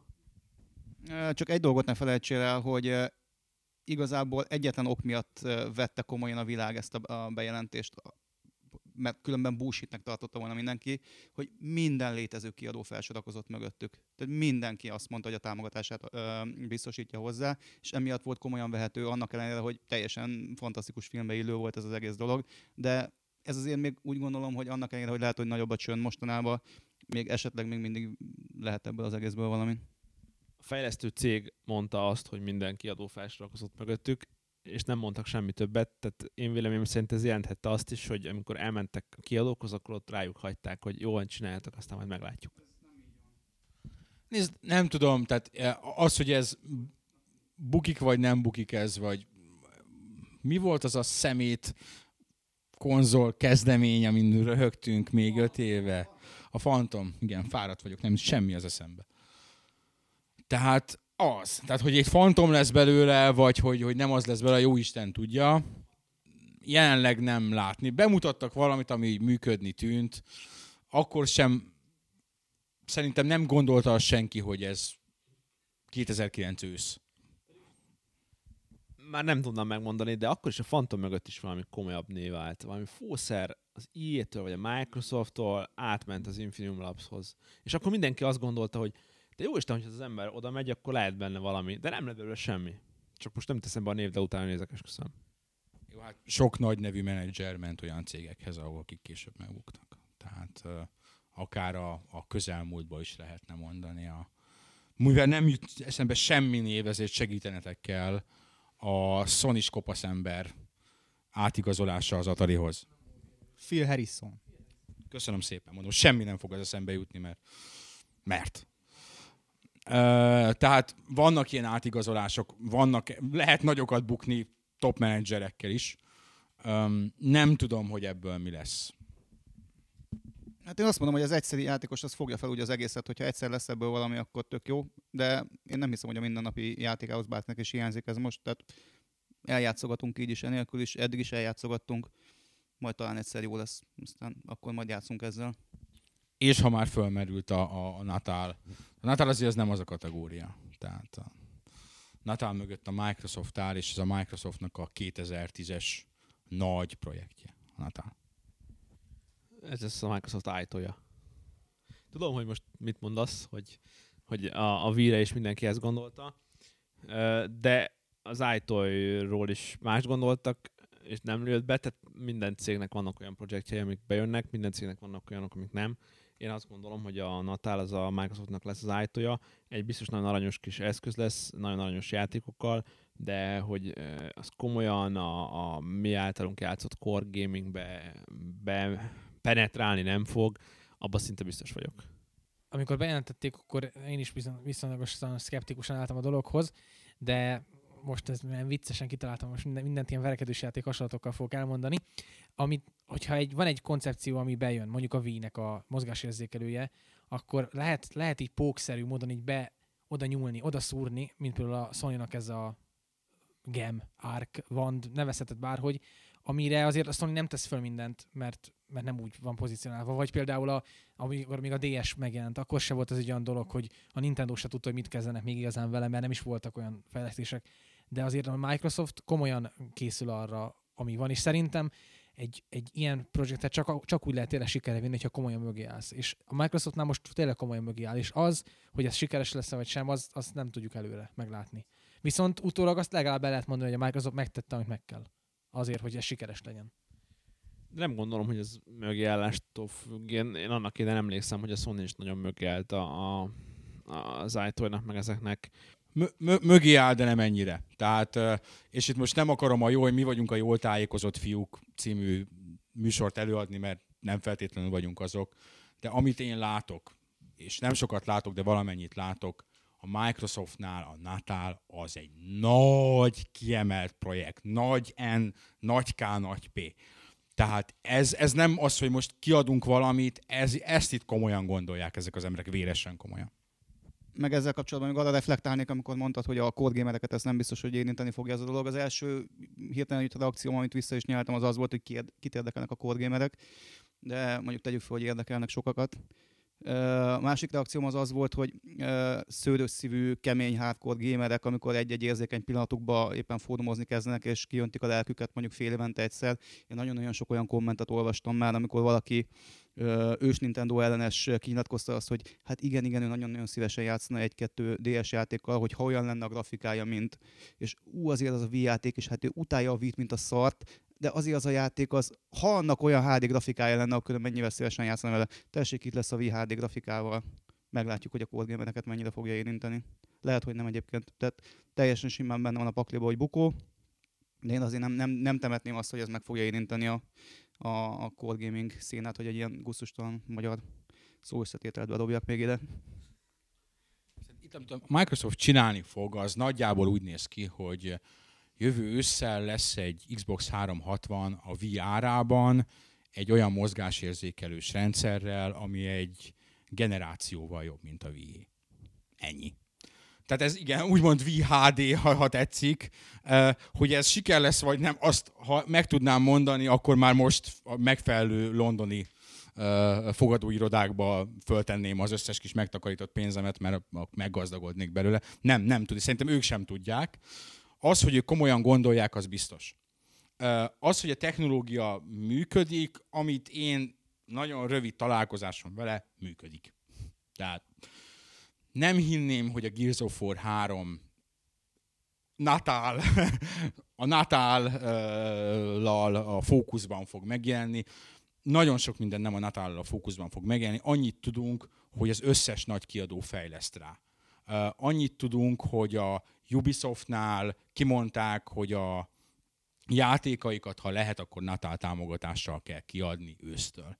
Csak egy dolgot ne felejtsél el, hogy igazából egyetlen ok miatt vette komolyan a világ ezt a bejelentést, mert különben bullshitnek tartotta volna mindenki, hogy minden létező kiadó felsorakozott mögöttük. Tehát mindenki azt mondta, hogy a támogatását ö, biztosítja hozzá, és emiatt volt komolyan vehető, annak ellenére, hogy teljesen fantasztikus filmbe illő volt ez az egész dolog, de ez azért még úgy gondolom, hogy annak ellenére, hogy lehet, hogy nagyobb a csönd mostanában, még esetleg még mindig lehet ebből az egészből valami. A fejlesztő cég mondta azt, hogy minden kiadó felsorakozott mögöttük, és nem mondtak semmi többet, tehát én véleményem szerint ez jelenthette azt is, hogy amikor elmentek a kiadókhoz, akkor ott rájuk hagyták, hogy jól csináltak, aztán majd meglátjuk. Nézd, nem tudom, tehát az, hogy ez bukik vagy nem bukik ez, vagy mi volt az a szemét konzol kezdemény, amin röhögtünk még öt éve? A Phantom, igen, fáradt vagyok, nem semmi az eszembe. Tehát az. Tehát, hogy egy Phantom lesz belőle, vagy hogy, hogy nem az lesz belőle, jó Isten tudja. Jelenleg nem látni. Bemutattak valamit, ami működni tűnt. Akkor sem, szerintem nem gondolta az senki, hogy ez kétezer-kilenc ősz. Már nem tudnám megmondani, de akkor is a Phantom mögött is valami komolyabb név állt. Valami fószer az í á-től vagy a Microsofttól átment az Infinium Labshoz. És akkor mindenki azt gondolta, hogy de jó Isten, hogy az ember oda megy, akkor lehet benne valami. De nem lett belőle semmi. Csak most nem teszem be a név, de utána nézek, és köszönöm. Jó, hát sok nagy nevű menedzser ment olyan cégekhez, ahol akik később megbuktak. Tehát uh, akár a, a közelmúltban is lehetne mondani. A, mivel nem jut eszembe semmi név, ezért segítenetek kell a Sony-s kopaszember átigazolása az Atarihoz. Phil Harrison. Köszönöm szépen, mondom, semmi nem fog az eszembe jutni, mert... mert. Uh, tehát vannak ilyen átigazolások, vannak, lehet nagyokat bukni top menedzserekkel is. Um, nem tudom, hogy ebből mi lesz. Hát én azt mondom, hogy az egyszeri játékos az fogja fel úgy az egészet, hogyha egyszer lesz ebből valami, akkor tök jó, de én nem hiszem, hogy a mindennapi játékához bárkinek is hiányzik ez most, tehát eljátszogatunk így is, enélkül is, eddig is eljátszogattunk, majd talán egyszer jó lesz, aztán akkor majd játszunk ezzel. És ha már fölmerült a, a, a Natal. A Natal azért az nem az a kategória. Tehát a Natal mögött a Microsoft áll, és ez a Microsoftnak a kétezer-tízes nagy projektje. A Natal. Ez lesz a Microsoft ájtója. Tudom, hogy most mit mondasz, hogy, hogy a, a Wii-re is mindenki ezt gondolta, de az ájtóról is más gondoltak, és nem lőtt be, tehát minden cégnek vannak olyan projektjei, amik bejönnek, minden cégnek vannak olyanok, amik nem. Én azt gondolom, hogy a Natal az a Microsoftnak lesz az ájtója, egy biztos nagyon aranyos kis eszköz lesz, nagyon aranyos játékokkal, de hogy az komolyan a, a mi általunk játszott core gamingbe be penetrálni nem fog, abban szinte biztos vagyok. Amikor bejelentették, akkor én is viszonylagosan szkeptikusan álltam a dologhoz, de most ez milyen viccesen kitaláltam, most minden, mindent ilyen verekedős játék hasonlatokkal fogok elmondani. Amit, hogyha egy, van egy koncepció, ami bejön, mondjuk a Wii-nek a mozgásérzékelője, akkor lehet, lehet így pókszerű módon így be, oda nyúlni, oda szúrni, mint például a Sony-nak ez a Gem, Arc, Wand, nevezheted bárhogy, amire azért a Sony nem tesz föl mindent, mert, mert nem úgy van pozícionálva. Vagy például, a, amikor még a dé es megjelent, akkor se volt ez egy olyan dolog, hogy a Nintendo se tudta, hogy mit kezdenek még igazán vele, mert nem is voltak olyan fejlesztések. De azért a Microsoft komolyan készül arra, ami van, és szerintem egy, egy ilyen projektet csak, csak úgy lehet tényleg sikerre vinni, hogyha komolyan mögé állsz. És a Microsoftnál most tényleg komolyan mögé áll, és az, hogy ez sikeres lesz vagy sem, az, azt nem tudjuk előre meglátni. Viszont utólag azt legalább el lehet mondani, hogy a Microsoft megtette, amit meg kell. Azért, hogy ez sikeres legyen. Nem gondolom, hogy ez mögéállástól függ. Én, én annak idején emlékszem, hogy a Sony is nagyon mögé állt a, a, az ájtóinak, meg ezeknek. M- mögé áll, de nem ennyire. Tehát, és itt most nem akarom a jó, hogy mi vagyunk a jól tájékozott fiúk című műsort előadni, mert nem feltétlenül vagyunk azok. De amit én látok, és nem sokat látok, de valamennyit látok, a Microsoftnál a Natal az egy nagy kiemelt projekt. Nagy N, nagy K, nagy P. Tehát ez, ez nem az, hogy most kiadunk valamit, ez, ezt itt komolyan gondolják ezek az emberek, véresen komolyan. Meg ezzel kapcsolatban még arra reflektálnék, amikor mondtad, hogy a core gamereket ez nem biztos, hogy érinteni fogja ez a dolog. Az első hirtelen jut a reakcióm, amit vissza is nyeltem, az az volt, hogy kit érdekelnek a core gamerek, de mondjuk tegyük fel, hogy érdekelnek sokakat. A másik reakcióm az az volt, hogy szőrös szívű, kemény hardcore gamerek, amikor egy-egy érzékeny pillanatukban éppen fórumozni kezdenek, és kijöntik a lelküket mondjuk fél évente egyszer. Én nagyon-nagyon sok olyan kommentet olvastam már, amikor valaki ős Nintendo ellenes kinyilatkozta azt, hogy hát igen, igen, ő nagyon-nagyon szívesen játszana egy-kettő dé es játékkal, hogy ha olyan lenne a grafikája, mint, és ú, azért az a Wii játék, és hát ő utálja a Wii-t, mint a szart, de azért az a játék, az, ha annak olyan há dé grafikája lenne, akkor mennyivel szívesen játszana vele. Tessék, itt lesz a Wii há dé grafikával. Meglátjuk, hogy a core gamereket mennyire fogja érinteni. Lehet, hogy nem egyébként. Tehát teljesen simán benne van a pakliba, hogy bukó, de én azért nem, nem, nem temetném azt, hogy ez meg fogja érinteni a, a, a core gaming színát, hogy egy ilyen gusztustalan magyar szó összetételt bedobjak még ide. Itt, amit a Microsoft csinálni fog, az nagyjából úgy néz ki, hogy jövő ősszel lesz egy Xbox háromszázhatvan a Wii árában, egy olyan mozgásérzékelős rendszerrel, ami egy generációval jobb, mint a Wii. Ennyi. Tehát ez igen, úgymond Wii há dé, ha, ha tetszik, hogy ez siker lesz, vagy nem, azt ha meg tudnám mondani, akkor már most a megfelelő londoni fogadóirodákba föltenném az összes kis megtakarított pénzemet, mert meggazdagodnék belőle. Nem, nem tudja. Szerintem ők sem tudják. Az, hogy ők komolyan gondolják, az biztos. Az, hogy a technológia működik, amit én nagyon rövid találkozásom vele, működik. Tehát nem hinném, hogy a Gears of War három Natál, a Natállal a fókuszban fog megjelenni. Nagyon sok minden nem a Natállal a fókuszban fog megjelenni. Annyit tudunk, hogy az összes nagy kiadó fejleszt rá. Uh, annyit tudunk, hogy a Ubisoftnál kimondták, hogy a játékaikat, ha lehet, akkor Natál támogatással kell kiadni ősztől.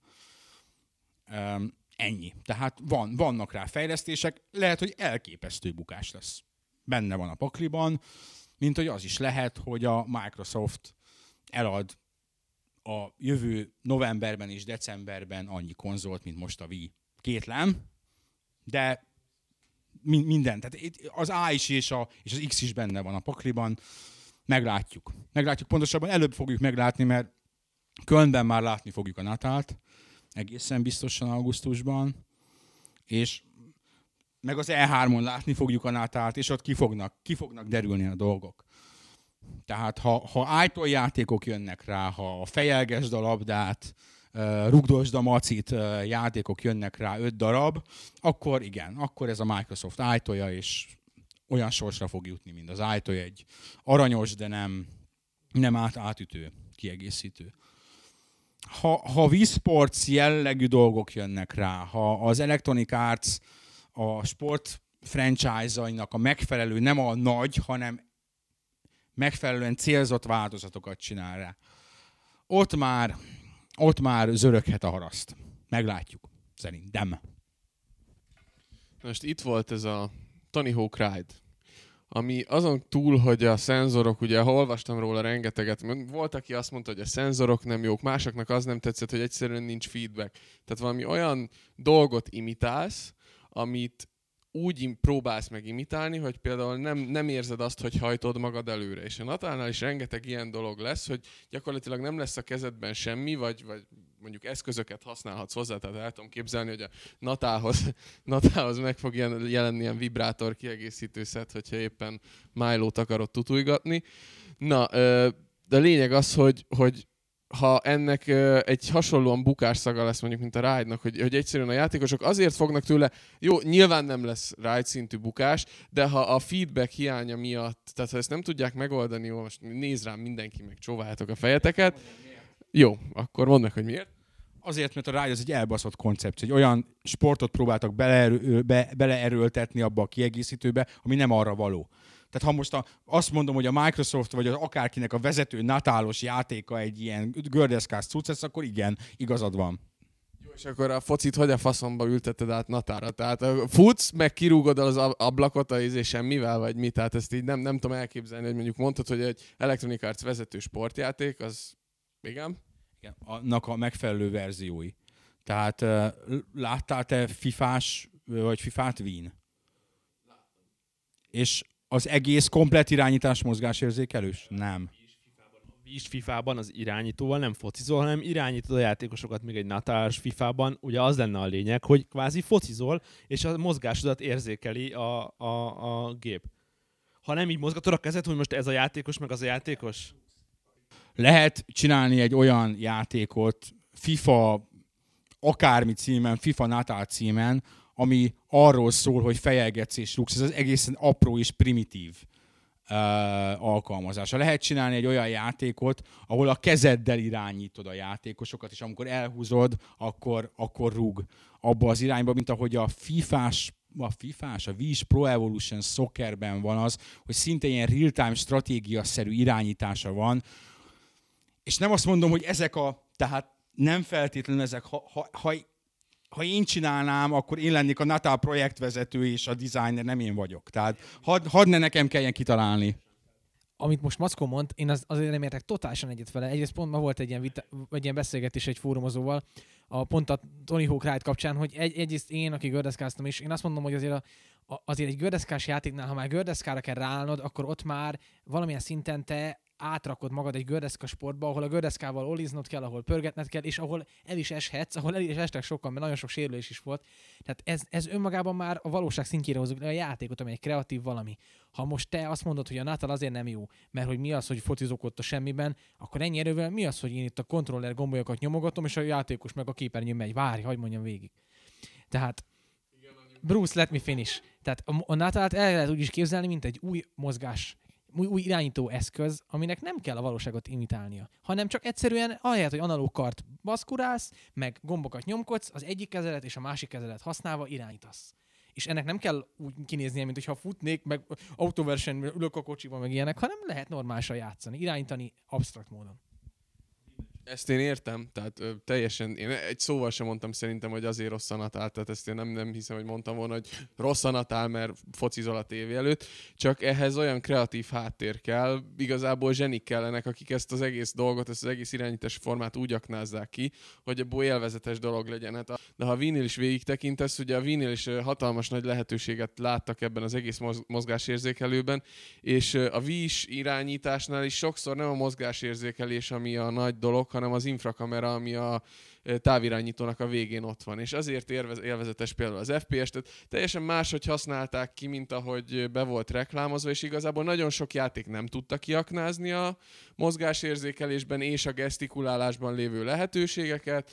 Um, ennyi. Tehát van, vannak rá fejlesztések, lehet, hogy elképesztő bukás lesz. Benne van a pakliban, mint hogy az is lehet, hogy a Microsoft elad a jövő novemberben és decemberben annyi konzolt, mint most a Wii. Kétlem, de mi- minden. Tehát az A is és, a, és az X is benne van a pakliban. Meglátjuk. Meglátjuk pontosabban, előbb fogjuk meglátni, mert Kölnben már látni fogjuk a Natált, egészen biztosan augusztusban, és meg az E hármon látni fogjuk a Natált, és ott ki fognak, ki fognak derülni a dolgok. Tehát ha, ha ájtól játékok jönnek rá, ha fejelgesd a labdát, rugdosd a macit játékok jönnek rá öt darab, akkor igen, akkor ez a Microsoft ájtolja, és olyan sorsra fog jutni, mint az ájtolja, egy aranyos, de nem, nem át, átütő, kiegészítő. Ha, ha Wii Sports jellegű dolgok jönnek rá, ha az Electronic Arts a sport franchise-ainak a megfelelő, nem a nagy, hanem megfelelően célzott változatokat csinál rá, ott már, ott már zöröghet a haraszt. Meglátjuk, szerintem. Most itt volt ez a Tony Hawk Ride, ami azon túl, hogy a szenzorok, ugye ha olvastam róla rengeteget, volt, aki azt mondta, hogy a szenzorok nem jók, másoknak az nem tetszett, hogy egyszerűen nincs feedback. Tehát valami olyan dolgot imitálsz, amit úgy próbálsz meg imitálni, hogy például nem, nem érzed azt, hogy hajtod magad előre. És a Natálnál is rengeteg ilyen dolog lesz, hogy gyakorlatilag nem lesz a kezedben semmi, vagy, vagy mondjuk eszközöket használhatsz hozzá, tehát el tudom képzelni, hogy a Natálhoz, Natálhoz meg fog jelenni ilyen vibrátor kiegészítő szett, hogyha éppen Milo-t akarod tutujgatni. Na, de a lényeg az, hogy, hogy ha ennek egy hasonlóan bukásszaga lesz mondjuk, mint a Ride-nak, hogy, hogy egyszerűen a játékosok azért fognak tőle, jó, nyilván nem lesz Ride szintű bukás, de ha a feedback hiánya miatt, tehát ha ezt nem tudják megoldani, jó, most nézd rám mindenki, meg csóváljátok a fejeteket. Jó, akkor mondd meg, hogy miért. Azért, mert a Ride az egy elbaszott koncepció. Egy olyan sportot próbáltak beleerő, be, beleerőltetni abba a kiegészítőbe, ami nem arra való. Tehát ha most a, azt mondom, hogy a Microsoft vagy az akárkinek a vezető natálos játéka egy ilyen gördeszkás cucc, ez akkor igen, igazad van. Jó, és akkor a focit hogy a faszomba ülteted át Natára? Tehát futsz, meg kirúgod az ablakot a izé semmivel, vagy mi? Tehát ezt így nem, nem tudom elképzelni, hogy mondjuk mondtad, hogy egy Electronic Arts vezető sportjáték, az igen? Igen, annak a megfelelő verziói. Tehát uh, láttál te fifás, vagy fifát Wien? És az egész komplet irányítás mozgásérzékelős? Nem. Is fifában az irányítóval nem focizol, hanem irányítod a játékosokat még egy natális fifában. Ugye az lenne a lényeg, hogy kvázi focizol, és a mozgásodat érzékeli a, a, a gép. Ha nem így mozgatod a kezed, hogy most ez a játékos, meg az a játékos? Lehet csinálni egy olyan játékot FIFA akármi címen, FIFA Natál címen, ami arról szól, hogy fejelgetsz és rúgsz. Ez az egészen apró és primitív uh, alkalmazása. Lehet csinálni egy olyan játékot, ahol a kezeddel irányítod a játékosokat, és amikor elhúzod, akkor, akkor rúg abba az irányba, mint ahogy a fifás, a fifás, a Wii Pro Evolution Soccerben van az, hogy szinte ilyen real-time stratégia-szerű irányítása van. És nem azt mondom, hogy ezek a, tehát nem feltétlenül ezek, ha, ha, ha Ha én csinálnám, akkor én lennék a Natál projektvezető és a designer, nem én vagyok. Tehát hadd had ne nekem kelljen kitalálni. Amit most Mackó mond, én az, azért nem értek totálisan egyet vele. Egyrészt pont ma volt egy ilyen, vita, egy ilyen beszélgetés egy fórumozóval, a, pont a Tony Hawk Ride kapcsán, hogy egy, egyrészt én, aki gördeszkáztam, és én azt mondom, hogy azért, a, a, azért egy gördeszkás játéknál, ha már gördeszkára kell ráállnod, akkor ott már valamilyen szinten te átrakod magad egy gördeszka sportba, ahol a gördeszkával oliznod kell, ahol pörgetned kell, és ahol el is eshetsz, ahol el is estek sokan, mert nagyon sok sérülés is volt. Tehát ez, ez önmagában már a valóság szintjére hozzuk a játékot, ami egy kreatív valami. Ha most te azt mondod, hogy a Natal azért nem jó, mert hogy mi az, hogy focizok ott a semmiben, akkor ennyi erővel mi az, hogy én itt a kontroller gombolyokat nyomogatom, és a játékos meg a képernyőn megy. Várj, hagyd mondjam végig. Tehát Bruce, let me finish. Tehát a, a Natalt el lehet úgy is képzelni, mint egy új mozgás új, új irányító eszköz, aminek nem kell a valóságot imitálnia, hanem csak egyszerűen ahelyett, hogy analóg kart baszkurálsz, meg gombokat nyomkodsz, az egyik kezelet és a másik kezelet használva irányítasz. És ennek nem kell úgy kinéznie, mint hogyha futnék, meg autóversenyben ülök a kocsiban, meg ilyenek, hanem lehet normálisan játszani, irányítani absztrakt módon. Ezt én értem, tehát ö, teljesen, én egy szóval sem mondtam szerintem, hogy azért rossz a Natál, tehát ezt én nem, nem hiszem, hogy mondtam volna, hogy rossz a Natál, mert focizol a tévé előtt, csak ehhez olyan kreatív háttér kell, igazából zsenik kellenek, akik ezt az egész dolgot, ezt az egész irányítási formát úgy aknázzák ki, hogy ebből élvezetes dolog legyen. Hát a, de ha a Wii-nél is végig tekintesz, ugye a Wii-nél is hatalmas nagy lehetőséget láttak ebben az egész mozgásérzékelőben, és a Wii-s irányításnál is sokszor nem a mozgásérzékelés, ami a nagy dolog, hanem az infrakamera, ami a távirányítónak a végén ott van. És azért élvezetes például az ef pé es, tehát teljesen máshogy használták ki, mint ahogy be volt reklámozva, és igazából nagyon sok játék nem tudta kiaknázni a mozgásérzékelésben és a gesztikulálásban lévő lehetőségeket.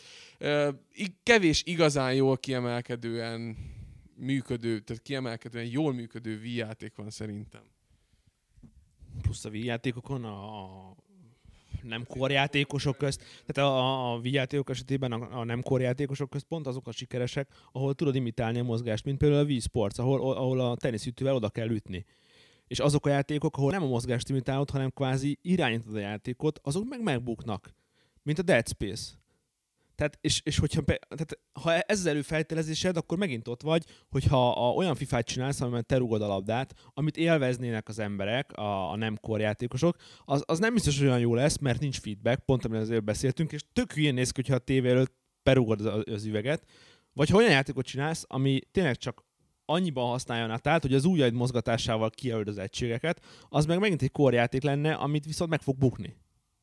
Kevés igazán jól kiemelkedően működő, tehát kiemelkedően jól működő Wii játék van szerintem. Plusz a Wii játékokon a nem core-játékosok közt, tehát a, a Wii játékok esetében a, a nem core-játékosok közt pont azok a sikeresek, ahol tudod imitálni a mozgást, mint például a Wii Sports, ahol, ahol a teniszütővel oda kell ütni. És azok a játékok, ahol nem a mozgást imitálod, hanem kvázi irányítod a játékot, azok meg megbuknak, mint a Dead Space. Tehát, és, és hogyha be, tehát, ha ez az előfeltételezésed, akkor megint ott vagy, hogyha a, olyan fifát csinálsz, amiben te rugod a labdát, amit élveznének az emberek, a, a nem core játékosok, az, az nem biztos, hogy olyan jó lesz, mert nincs feedback, pont amiről azért beszéltünk, és tök hülyén néz ki, hogyha a tévé előtt berugod az, az üveget, vagy ha olyan játékot csinálsz, ami tényleg csak annyiban használja a Natált, hogy az ujjaid mozgatásával kijelöld az egységeket, az meg megint egy core játék lenne, amit viszont meg fog bukni.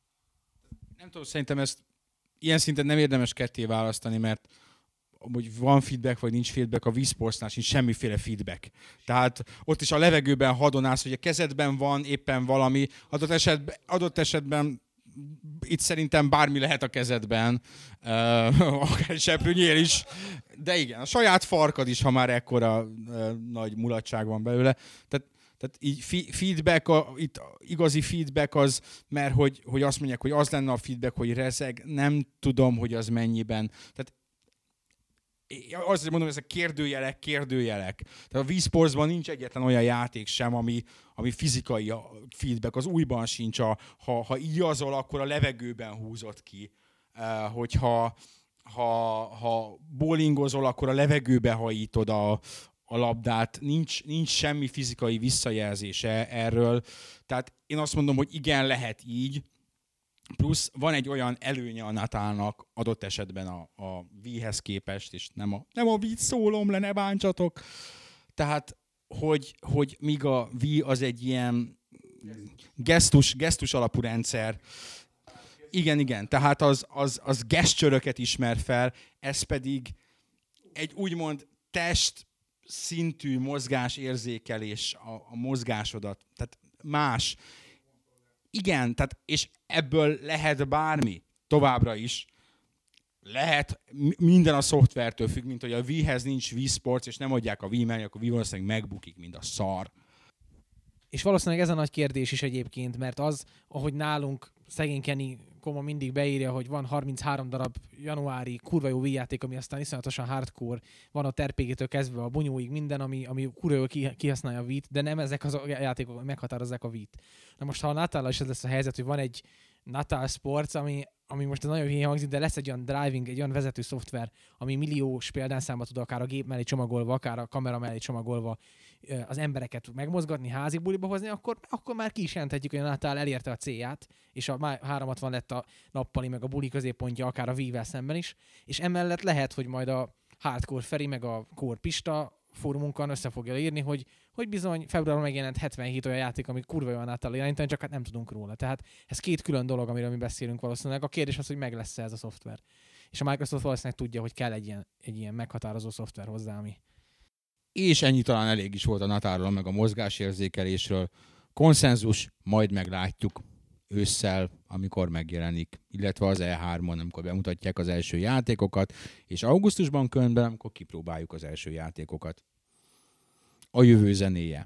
Nem tudom, szerintem ezt ilyen szinten nem érdemes ketté választani, mert hogy van feedback, vagy nincs feedback, a Wii Sportsnál sincs semmiféle feedback. Tehát ott is a levegőben hadonálsz, hogy a kezedben van éppen valami, adott esetben, adott esetben itt szerintem bármi lehet a kezedben, uh, akár seprűnyél is, de igen, a saját farkad is, ha már ekkora uh, nagy mulatság van belőle. Tehát Tehát így feedback, a, itt igazi feedback az, mert hogy, hogy azt mondják, hogy az lenne a feedback, hogy rezeg, nem tudom, hogy az mennyiben. Tehát azt mondom, hogy ezek kérdőjelek, kérdőjelek. Tehát a Wii Sportsban nincs egyetlen olyan játék sem, ami, ami fizikai a feedback, az újban sincs. A, ha, ha igazol, akkor a levegőben húzott ki. Uh, hogyha ha, ha bowlingozol, akkor a levegőbe hajítod a, a labdát, nincs, nincs semmi fizikai visszajelzése erről. Tehát én azt mondom, hogy igen, lehet így. Plusz van egy olyan előnye a Natálnak adott esetben a, a Wii-hez képest, és nem a, nem a Wii-t szólom le, ne bántsatok. Tehát, hogy, hogy míg a Wii az egy ilyen gesztus, gesztus alapú rendszer, igen, igen, tehát az, az, az gesture-öket ismer fel, ez pedig egy úgymond test szintű mozgásérzékelés, a, a mozgásodat, tehát más. Igen, tehát, és ebből lehet bármi, továbbra is. Lehet, minden a szoftvertől függ, mint hogy a Wii-hez nincs Wii Sports, és nem adják a Wii mellé, akkor Wii valószínűleg megbukik, mint a szar. És valószínűleg ez a nagy kérdés is egyébként, mert az, ahogy nálunk szegény Kenny Koma mindig beírja, hogy van harminchárom darab januári kurva jó Wii játék, ami aztán iszonyatosan hardcore, van a er pé gé-től kezdve a bunyóig minden, ami, ami kurva jól kihasználja a Wii-t, de nem ezek az a játékok meghatározzák a Wii-t. Na most, ha a Natállal is ez lesz a helyzet, hogy van egy Natal Sports, ami, ami most nagyon hülye hangzik, de lesz egy olyan driving, egy olyan vezető szoftver, ami milliós példányszámba tud akár a gép mellé csomagolva, akár a kamera mellé csomagolva az embereket megmozgatni, házi buliba hozni, akkor, akkor már ki is jelenthetjük, hogy a Natal elérte a célját, és a háromszázhatvan lett a nappali, meg a buli középpontja, akár a Wii-vel szemben is, és emellett lehet, hogy majd a Hardcore Feri, meg a Core Pista fórumunkon össze fogja írni, hogy, hogy bizony februárban megjelent hetvenhét olyan játék, ami kurva olyan Natal irányítani, csak hát nem tudunk róla. Tehát ez két külön dolog, amiről mi beszélünk valószínűleg. A kérdés az, hogy meg lesz-e ez a szoftver. És a Microsoft valószínűleg tudja, hogy kell egy ilyen, egy ilyen meghatározó szoftver hozzá, ami... És ennyi talán elég is volt a Natálról, meg a mozgásérzékelésről. Konszenzus, majd meglátjuk ősszel, amikor megjelenik, illetve az E hármon, amikor bemutatják az első játékokat, és augusztusban Kölnben, amikor kipróbáljuk az első játékokat. A jövő zenéje.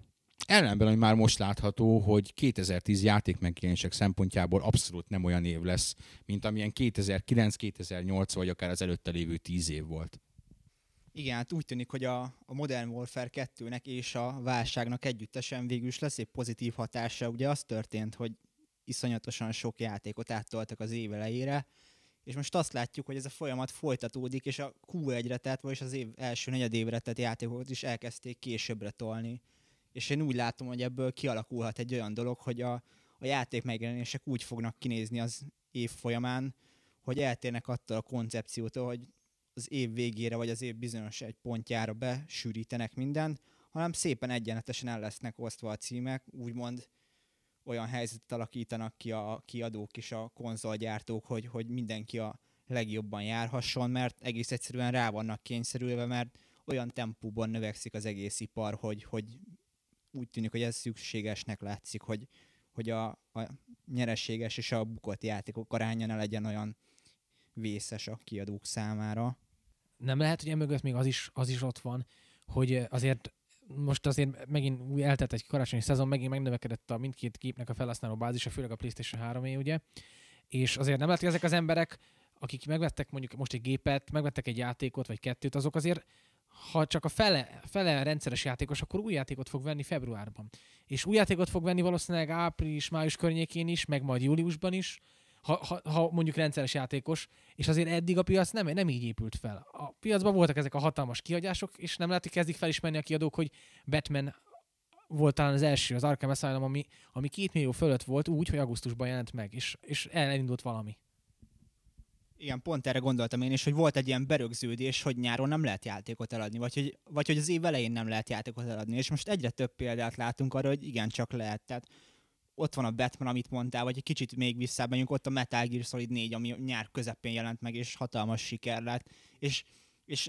Ellenben, hogy már most látható, hogy kétezer-tíz játékmegjelenések szempontjából abszolút nem olyan év lesz, mint amilyen kétezer-kilenc, kétezer-nyolc vagy akár az előtte lévő tíz év volt. Igen, hát úgy tűnik, hogy a, a Modern Warfare kettőnek és a válságnak együttesen végül is lesz egy pozitív hatása. Ugye az történt, hogy iszonyatosan sok játékot áttoltak az év elejére, és most azt látjuk, hogy ez a folyamat folytatódik, és a Q egyre tett, vagyis az év első negyedévre tett játékokat is elkezdték későbbre tolni. És én úgy látom, hogy ebből kialakulhat egy olyan dolog, hogy a, a játék megjelenések úgy fognak kinézni az év folyamán, hogy eltérnek attól a koncepciótól, hogy az év végére, vagy az év bizonyos egy pontjára besűrítenek mindent, hanem szépen egyenletesen el lesznek osztva a címek, úgymond olyan helyzetet alakítanak ki a kiadók és a konzolgyártók, hogy, hogy mindenki a legjobban járhasson, mert egész egyszerűen rá vannak kényszerülve, mert olyan tempóban növekszik az egész ipar, hogy, hogy úgy tűnik, hogy ez szükségesnek látszik, hogy, hogy a, a nyereséges és a bukott játékok aránya ne legyen olyan vészes a kiadók számára. Nem lehet, hogy emögött még az is, az is ott van, hogy azért most azért megint új eltelt egy karácsonyi szezon, megint megnövekedett a mindkét képnek a felhasználó bázisa, főleg a PlayStation háromé, ugye, és azért nem lehet, hogy ezek az emberek, akik megvettek mondjuk most egy gépet, megvettek egy játékot vagy kettőt, azok azért, ha csak a fele, fele rendszeres játékos, akkor új játékot fog venni februárban. És új játékot fog venni valószínűleg április-május környékén is, meg majd júliusban is, ha, ha, ha mondjuk rendszeres játékos, és azért eddig a piac nem, nem így épült fel. A piacban voltak ezek a hatalmas kihagyások, és nem lehet, hogy kezdik felismerni a kiadók, hogy Batman volt talán az első, az Arkham Asylum, ami, ami két millió fölött volt úgy, hogy augusztusban jelent meg, és, és elindult valami. Igen, pont erre gondoltam én is, hogy volt egy ilyen berögződés, hogy nyáron nem lehet játékot eladni, vagy hogy, vagy hogy az év elején nem lehet játékot eladni, és most egyre több példát látunk arra, hogy igen, csak lehet. Tehát ott van a Batman, amit mondtál, vagy egy kicsit még visszamegyünk, ott a Metal Gear Solid négy, ami nyár közepén jelent meg, és hatalmas siker lett. És, és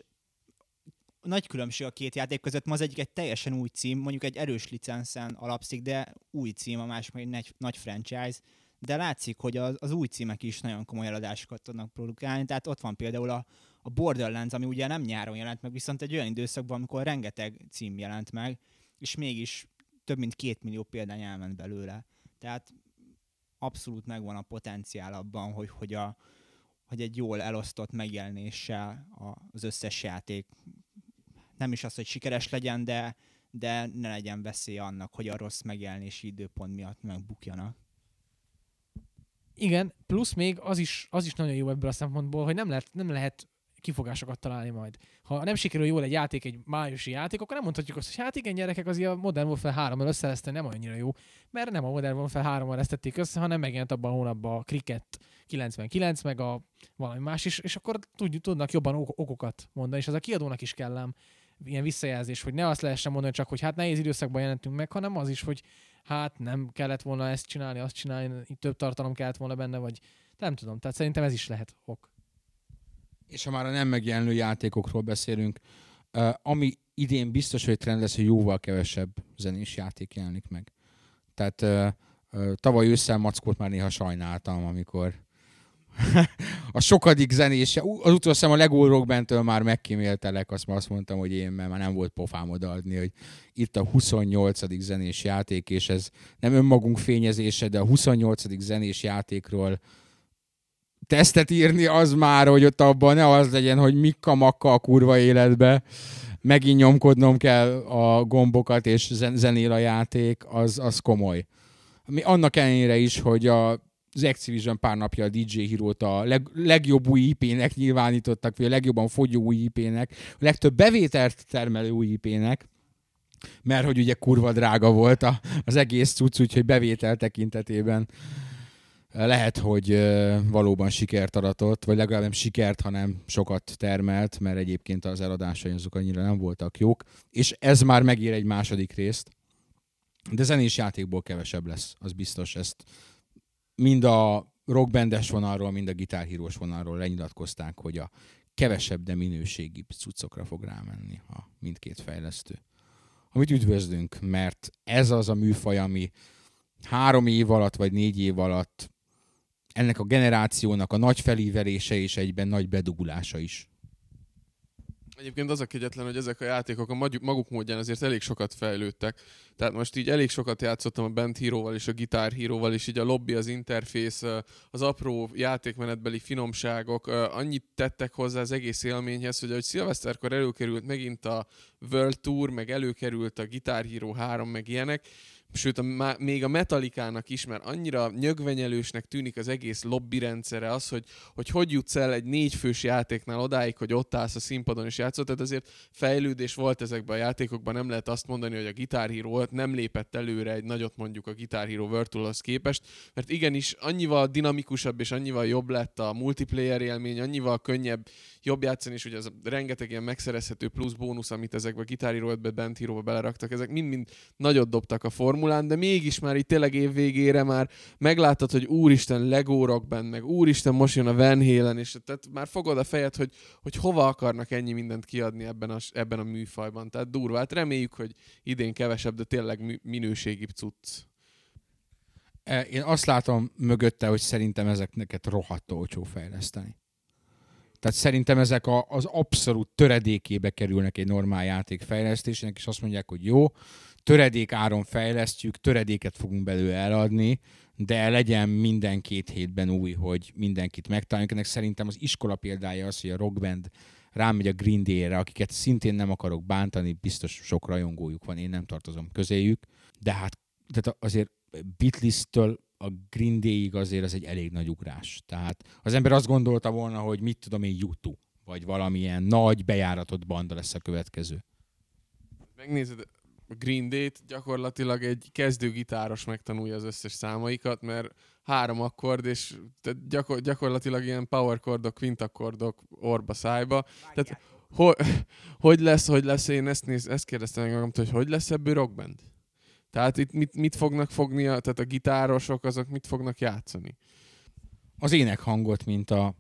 nagy különbség a két játék között, ma az egyik egy teljesen új cím, mondjuk egy erős licenszen alapszik, de új cím, a másik egy nagy, nagy franchise, de látszik, hogy az, az új címek is nagyon komoly eladásokat tudnak produkálni, tehát ott van például a, a Borderlands, ami ugye nem nyáron jelent meg, viszont egy olyan időszakban, amikor rengeteg cím jelent meg, és mégis több mint két millió példány elment belőle. Tehát abszolút megvan a potenciál abban, hogy, hogy, a, hogy egy jól elosztott megjelenéssel az összes játék nem is az, hogy sikeres legyen, de, de ne legyen veszély annak, hogy a rossz megjelenési időpont miatt megbukjanak. Igen, plusz még az is, az is nagyon jó ebből a szempontból, hogy nem lehet, nem lehet kifogásokat találni majd. Ha nem sikerül jól egy játék, egy májusi játék, akkor nem mondhatjuk azt, hogy hát igen, gyerekek, azért a Modern Warfare hárommal összereszteni nem annyira jó, mert nem a Modern Warfare hárommal eresztették össze, hanem megjelent abban a hónapban a Cricket kilencvenkilenc, meg a valami más is, és akkor tudjuk, tudnak jobban okokat mondani, és az a kiadónak is kell ám ilyen visszajelzés, hogy ne azt lehessen mondani csak, hogy hát nehéz időszakban jelentünk meg, hanem az is, hogy hát nem kellett volna ezt csinálni, azt csinálni, több tartalom kellett volna benne, vagy nem tudom, tehát szerintem ez is lehet ok. És ha már a nem megjelenő játékokról beszélünk, uh, ami idén biztos, hogy trend lesz, hogy jóval kevesebb zenés játék jelenik meg. Tehát uh, uh, tavaly ősszel Mackót már néha sajnáltam, amikor a sokadik zenés, az utolsó a Lego Rock Bandtől már megkíméltelek, azt már azt mondtam, hogy én, mert már nem volt pofám odaadni, hogy itt a huszonnyolcadik zenés játék, és ez nem önmagunk fényezése, de a huszonnyolcadik zenés játékról tesztet írni, az már, hogy ott abban ne az legyen, hogy mikka-makka a kurva életbe, megint nyomkodnom kell a gombokat, és zenél a játék, az, az komoly. Annak ellenére is, hogy a az Activision pár napja a dé dzsé Hero-t a leg, legjobb új í pé-nek nyilvánítottak, vagy a legjobban fogyó új í pé-nek, a legtöbb bevételt termelő új í pé-nek, mert hogy ugye kurva drága volt a, az egész cucc, úgyhogy bevétel tekintetében lehet, hogy valóban sikert aratott, vagy legalább nem sikert, hanem sokat termelt, mert egyébként az eladásai azok annyira nem voltak jók, és ez már megér egy második részt, de zenés játékból kevesebb lesz, az biztos, ezt mind a rockbandes vonalról, mind a gitárhírós vonalról lenyilatkozták, hogy a kevesebb, de minőségi cuccokra fog rámenni a mindkét fejlesztő. Amit üdvözlünk, mert ez az a műfaj, ami három év alatt, vagy négy év alatt ennek a generációnak a nagy felívelése és egyben nagy bedugulása is. Egyébként az a kegyetlen, hogy ezek a játékok a maguk módján azért elég sokat fejlődtek. Tehát most így elég sokat játszottam a Band Hero-val és a Guitar Hero-val, és így a lobby, az interfész, az apró játékmenetbeli finomságok annyit tettek hozzá az egész élményhez, hogy ahogy szilveszterkor előkerült megint a World Tour, meg előkerült a Guitar Hero három, meg ilyenek, sőt, a, még a Metallicának is, mert annyira nyögvenyelősnek tűnik az egész lobby rendszere, az, hogy, hogy hogy jutsz el egy négyfős játéknál odáig, hogy ott állsz a színpadon és játszol, tehát azért fejlődés volt ezekben a játékokban, nem lehet azt mondani, hogy a Guitar Hero nem lépett előre egy nagyot mondjuk a Guitar Hero World Tourhoz képest, mert igenis annyival dinamikusabb és annyival jobb lett a multiplayer élmény, annyival könnyebb jobb játszani, és ugye az rengeteg ilyen megszerezhető plusz bónusz, amit ezekbe a Guitar Hero ötbe, Band Hero-ba beleraktak, ezek mind-mind nagyot dobtak a formulán, de mégis már itt tényleg év végére már meglátod, hogy úristen Lego Rock Band, meg úristen most jön a Van Halen, és tehát már fogod a fejed, hogy, hogy hova akarnak ennyi mindent kiadni ebben a, ebben a műfajban. Tehát durva. Hát reméljük, hogy idén kevesebb, de tényleg minőségibb cucc. Én azt látom mögötte, hogy szerintem ezeknek rohadt olcsó fejleszteni. Tehát szerintem ezek a, az abszolút töredékébe kerülnek egy normál játék fejlesztésének, és azt mondják, hogy jó, töredék áron fejlesztjük, töredéket fogunk belőle eladni, de legyen minden két hétben új, hogy mindenkit megtaláljuk. Ennek szerintem az iskola példája az, hogy a Rock Band rámegy a Green Day-re, akiket szintén nem akarok bántani, biztos sok rajongójuk van, én nem tartozom közéjük, de hát tehát azért Beatles-től a Green Day-ig azért ez egy elég nagy ugrás. Tehát az ember azt gondolta volna, hogy mit tudom én, U kettő, vagy valamilyen nagy bejáratott banda lesz a következő. Megnézed a Green Day-t, gyakorlatilag egy kezdőgitáros megtanulja az összes számaikat, mert három akkord, és tehát gyakor- gyakorlatilag ilyen power chordok, quintakkordok orba szájba. Tehát ho- hogy lesz, hogy lesz, én ezt, néz, ezt kérdeztem meg magamtól, hogy hogy lesz ebből rockband? Tehát itt mit, mit fognak fogni, a, tehát a gitárosok, azok mit fognak játszani? Az énekhangot, mint a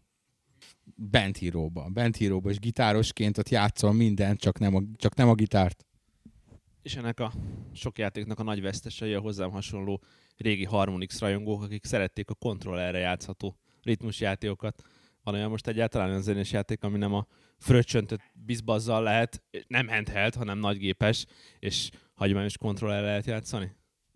Band Hero-ba. Band Hero-ba is gitárosként ott játszol mindent, csak nem a, csak nem a gitárt. És ennek a sok játéknak a nagy vesztesei a hozzám hasonló régi Harmonix rajongók, akik szerették a kontrollerre játszható ritmusjátékokat. Van olyan most egyáltalán olyan zenés játék, ami nem a fröccsöntött bizbazzal lehet, nem handheld, hanem nagygépes, és hagyományos kontrollerre lehet játszani?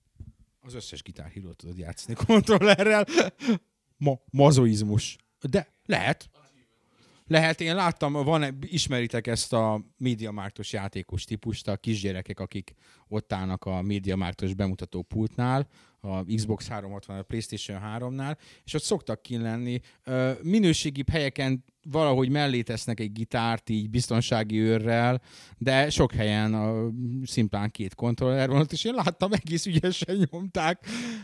Az összes Guitar Hero-t tudod játszani kontrollerrel. Ma- mazoizmus. De lehet. Lehet, én láttam, van, ismeritek ezt a MediaMarktos játékos típust, a kisgyerekek, akik ott állnak a MediaMarktos bemutató pultnál, a Xbox háromszázhatvan, a PlayStation háromnál, és ott szoktak kint lenni. Minőségibb helyeken valahogy mellé tesznek egy gitárt, így biztonsági őrrel, de sok helyen a, szimplán két kontroller van ott, és én láttam, egész ügyesen nyomták.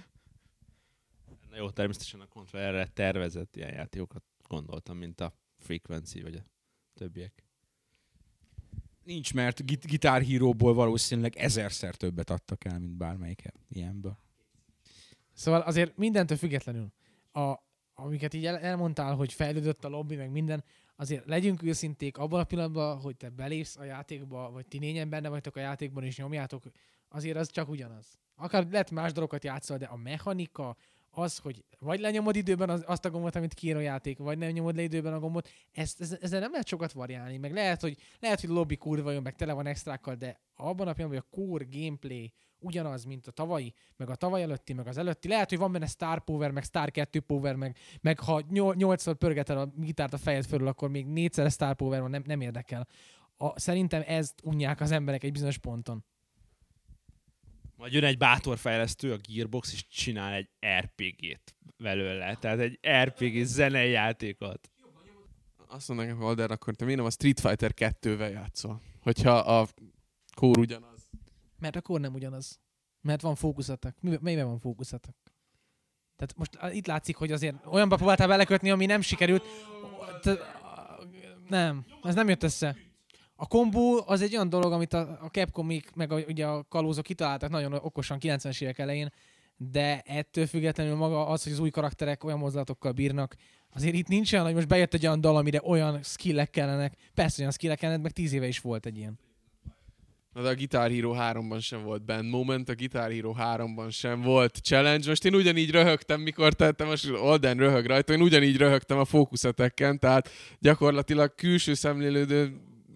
Na jó, természetesen a kontrollerre tervezett ilyen játékokat gondoltam, mint a Frequency, vagy a többiek. Nincs, mert git- Guitar Hero-ból valószínűleg ezerszer többet adtak el, mint bármelyik ilyenből. Szóval azért mindentől függetlenül, a, amiket így el, elmondtál, hogy fejlődött a lobby, meg minden, azért legyünk őszinték abban a pillanatban, hogy te belépsz a játékba, vagy ti négyen benne vagytok a játékban, és nyomjátok, azért az csak ugyanaz. Akár lehet más dolgokat játszol, de a mechanika, az, hogy vagy lenyomod időben az, azt a gombot, amit kiír a játék, vagy nem nyomod le időben a gombot, ezt, ez, ezzel nem lehet sokat variálni, meg lehet, hogy, lehet, hogy lobby kurva jön, meg tele van extrákkal, de abban a pillanatban, hogy a core gameplay ugyanaz, mint a tavalyi, meg a tavaly előtti, meg az előtti. Lehet, hogy van benne Star Power, meg Star kettő Power, meg, meg ha nyolcszor pörgeted a gitárt a fejed fölül, akkor még négyszer Star Power van, nem, nem érdekel. A, szerintem ezt unják az emberek egy bizonyos ponton. Majd jön egy bátorfejlesztő, a Gearbox, és csinál egy er pé gét belőle. Tehát egy er pé gé zenei játékot. Azt mondom nekem, Alder, akkor te miért nem a Street Fighter kettővel játszol? Hogyha a kór ugyanaz. Mert akkor nem ugyanaz. Mert van fókuszatok. Mi, melyben van fókuszatok? Tehát most itt látszik, hogy azért olyanba próbáltál belekötni, ami nem sikerült. Te, nem, ez nem jött össze. A kombó az egy olyan dolog, amit a, a Capcomik, meg a, ugye a kalózok kitaláltak nagyon okosan kilencvenes évek elején, de ettől függetlenül maga az, hogy az új karakterek olyan mozdulatokkal bírnak, azért itt nincs olyan, hogy most bejött egy olyan dal, amire olyan skillek kellenek. Persze olyan skillek kellenek, meg tíz éve is volt egy ilyen. Na de a Guitar Hero háromban sem volt band moment, a Guitar Hero háromban sem volt challenge. Most én ugyanígy röhögtem, mikor tettem, most Olden röhög rajta, én ugyanígy röhögtem a fókuszetekken, tehát gyakorlatilag külső szemlélődő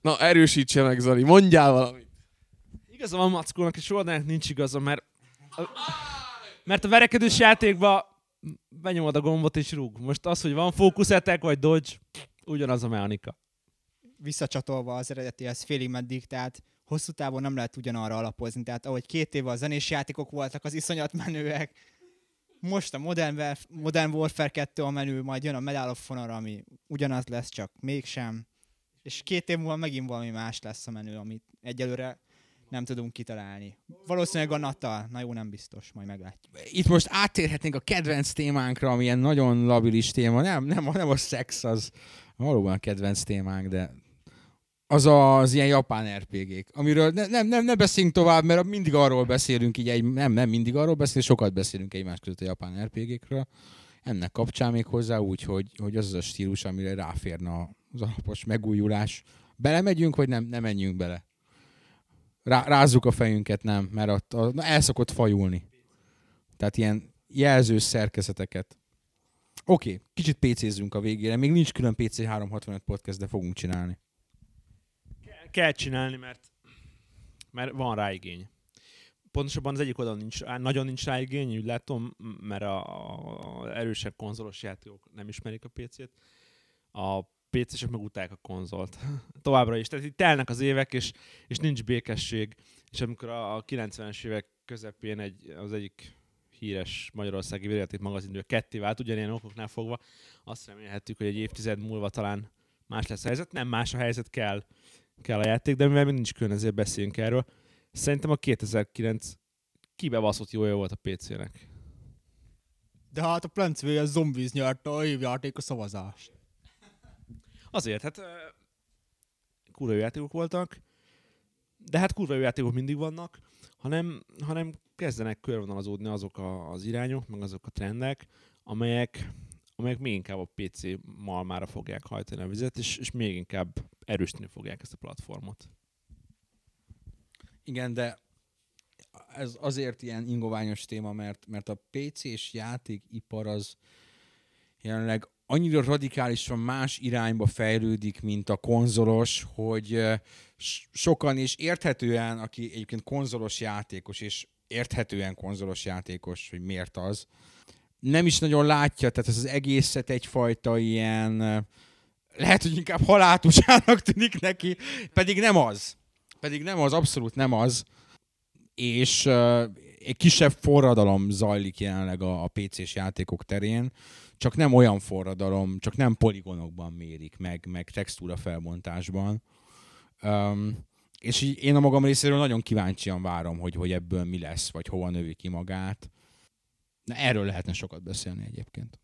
Na, erősítse meg, Zoli, mondjál valamit. Igaza van Mackónak, és Jordának nincs igaza, mert a, mert a verekedős játékban benyomod a gombot és rúg. Most az, hogy van fókuszetek vagy dodge, ugyanaz a mechanika. Visszacsatolva az eredetihez félig meddig, tehát hosszú távon nem lehet ugyanarra alapozni. Tehát ahogy két éve a zenés játékok voltak, az iszonyat menőek. Most a Modern, Modern Warfare kettő a menő, majd jön a Medal of Honor, ami ugyanaz lesz, csak mégsem. És két év múlva megint valami más lesz a menő, amit egyelőre nem tudunk kitalálni. Valószínűleg a Natal, na jó, nem biztos, majd meglátjuk. Itt most áttérhetnénk a kedvenc témánkra, ami ilyen nagyon labilis téma. Nem, nem, nem a szex, az valóban a kedvenc témánk, de az az ilyen japán er pé gék, amiről ne, nem, nem, ne beszéljünk tovább, mert mindig arról beszélünk, így egy, nem, nem mindig arról beszélünk, sokat beszélünk egymás között a japán er pé gékről. Ennek kapcsán még hozzá úgy, hogy, hogy az az a stílus, amire ráférne az alapos megújulás. Belemegyünk, vagy nem, nem menjünk bele? Rá, rázzuk a fejünket, nem, mert ott, a, na, el szokott fajulni. Tehát ilyen jelzős szerkezeteket. Oké, okay, kicsit pécézzünk a végére. Még nincs külön pé cé háromszázhatvanöt podcast, de fogunk csinálni. Kell, kell csinálni, mert, mert van rá igény. Pontosabban az egyik oldalon nincs, nagyon nincs rá igény, úgy látom, mert a, a erősebb konzolos játékok nem ismerik a pé cét. A pé cések meg utálják a konzolt. Továbbra is. Tehát itt telnek az évek, és, és nincs békesség. És amikor a kilencvenes évek közepén egy, az egyik híres magyarországi videójáték magazin ketté vált, ugyanilyen okoknál fogva, azt remélhettük, hogy egy évtized múlva talán más lesz a helyzet. Nem más a helyzet, kell, kell a játék, de mivel még nincs külön, ezért beszéljünk erről. Szerintem a kétezer-kilenc kibebaszott jó volt a pé cének. De hát a Plants vs. Zombies nyerte a évjáték a szavazást. Azért, hát kurva jó játékok voltak, de hát kurva jó játékok mindig vannak, hanem, hanem kezdenek körvonalazódni azok a, az irányok, meg azok a trendek, amelyek, amelyek még inkább a pé cé malmára fogják hajtani a vizet, és, és még inkább erősíteni fogják ezt a platformot. Igen, de ez azért ilyen ingoványos téma, mert, mert a pé cés játékipar az jelenleg annyira radikálisan más irányba fejlődik, mint a konzolos, hogy sokan és érthetően, aki egyébként konzolos játékos, és érthetően konzolos játékos, hogy miért az, nem is nagyon látja, tehát ez az egészet egyfajta ilyen, lehet, hogy inkább haláltusának tűnik neki, pedig nem az. Pedig nem az, abszolút nem az. És uh, egy kisebb forradalom zajlik jelenleg a, a pé cés játékok terén, csak nem olyan forradalom, csak nem poligonokban mérik, meg, meg textúra felbontásban. Um, és így én a magam részéről nagyon kíváncsian várom, hogy, hogy ebből mi lesz, vagy hova növi ki magát. Na, erről lehetne sokat beszélni egyébként.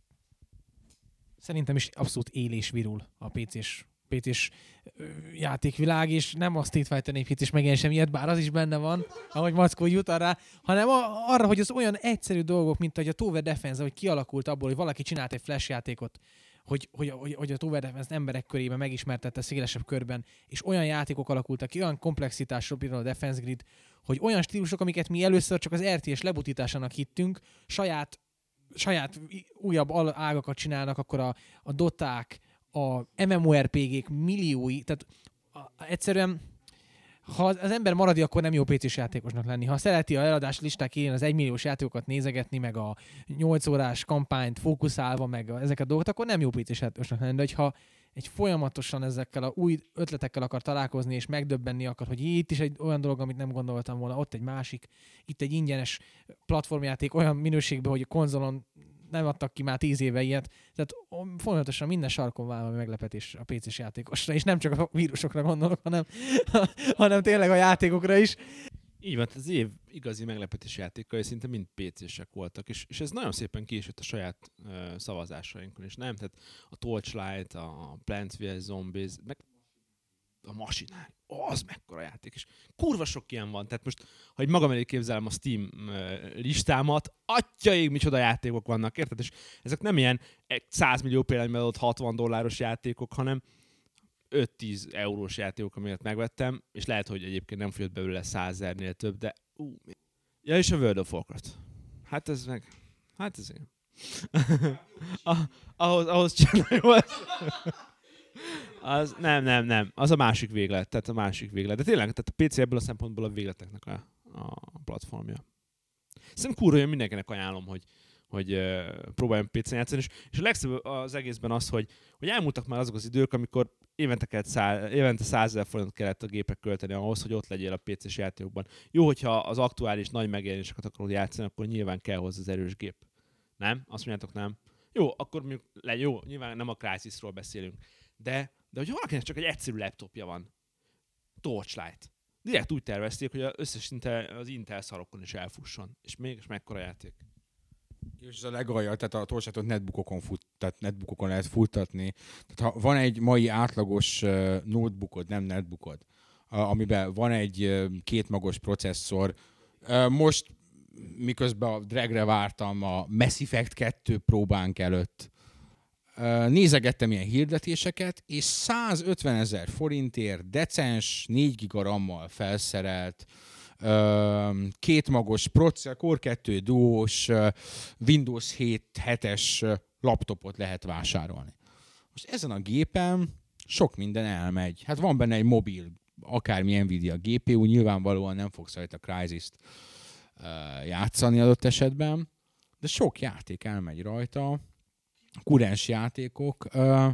Szerintem is abszolút élés virul a pé cés pé cés játékvilág, és nem a Street Fighter építés meg ilyen sem ilyet, bár az is benne van, ahogy Mackó jut arra, hanem a, arra, hogy az olyan egyszerű dolgok, mint hogy a Tower Defense, hogy kialakult abból, hogy valaki csinált egy flash játékot, hogy, hogy, hogy, hogy a Tower Defense emberek körében megismertette szélesebb körben, és olyan játékok alakultak ki, olyan komplexitásról, például a Defense Grid, hogy olyan stílusok, amiket mi először csak az er té es lebutításának hittünk, saját, saját újabb ágakat csinálnak, akkor a, a doták, a em em o er pé gék milliói, tehát a, egyszerűen, ha az ember maradi, akkor nem jó pé cés játékosnak lenni. Ha szereti a eladás listák élén az egymilliós játékokat nézegetni, meg a nyolc órás kampányt fókuszálva, meg a, ezeket a dolgokat, akkor nem jó pé cés játékosnak lenni. De hogyha egy folyamatosan ezekkel a új ötletekkel akar találkozni, és megdöbbenni akar, hogy itt is egy olyan dolog, amit nem gondoltam volna, ott egy másik, itt egy ingyenes platformjáték olyan minőségben, hogy a konzolon nem adtak ki már tíz éve ilyet. Tehát folyamatosan minden sarkon vár valami meglepetés a pé cés játékosra, és nem csak a vírusokra gondolok, hanem, hanem tényleg a játékokra is. Így van, az év igazi meglepetés játékai szinte mind pé cések voltak, és, és ez nagyon szépen kiesett a saját uh, szavazásainkon is, nem? Tehát a Torchlight, a Plants vs. Zombies, meg a Machinári, az mekkora játék, és kurva sok ilyen van, tehát most, ha magam elé képzelem a Steam listámat, atyaig micsoda játékok vannak, érted? És ezek nem ilyen száz millió példányban adott hatvan dolláros játékok, hanem öt-tíz eurós játékok, amiket megvettem, és lehet, hogy egyébként nem fogyott belőle százezernél több, de ú, ja, és a World of Warcraft. Hát ez meg, hát ez igen. ah, ahhoz, ahhoz csinálja. Az, nem, nem, nem. Az a másik véglet. Tehát a másik véglet. De tényleg, tehát a pé cé ebből a szempontból a végleteknek a, a platformja. Szerintem kurva jön, mindenkinek ajánlom, hogy, hogy uh, próbáljon pé cén játszani. És, és a legszebb az egészben az, hogy, hogy elmúltak már azok az idők, amikor évente, kellett szá, évente százezer forint kellett a gépek költeni ahhoz, hogy ott legyél a pé cés játékokban. Jó, hogyha az aktuális nagy megjelenéseket akarod játszani, akkor nyilván kell hozzá az erős gép. Nem? Azt mondjátok, nem? Jó, akkor mondjuk le, jó, nyilván nem a Crysisról beszélünk. De, de hogyha valakinek csak egy egyszerű laptopja van, Torchlight, direkt úgy tervezték, hogy az összes Intel, az Intel szarokon is elfusson. És mégis mekkora játék. És ez a legalja, tehát a Torchlightot netbookokon, fut, tehát netbookokon lehet futtatni. Tehát ha van egy mai átlagos uh, notebookod, nem netbookod, uh, amiben van egy uh, kétmagos processzor, uh, most miközben a dragre vártam a Mass Effect kettő próbánk előtt, uh, nézegettem ilyen hirdetéseket, és százötvenezer forintért decens, négy giga RAM-mal felszerelt, Uh, kétmagos processzor, Core kettő Duos, uh, Windows hét hetes uh, laptopot lehet vásárolni. Most ezen a gépen sok minden elmegy. Hát van benne egy mobil, akármi Nvidia gé pé u, nyilvánvalóan nem fogsz rajta Crysis-t uh, játszani adott esetben, de sok játék elmegy rajta, kurens játékok, uh,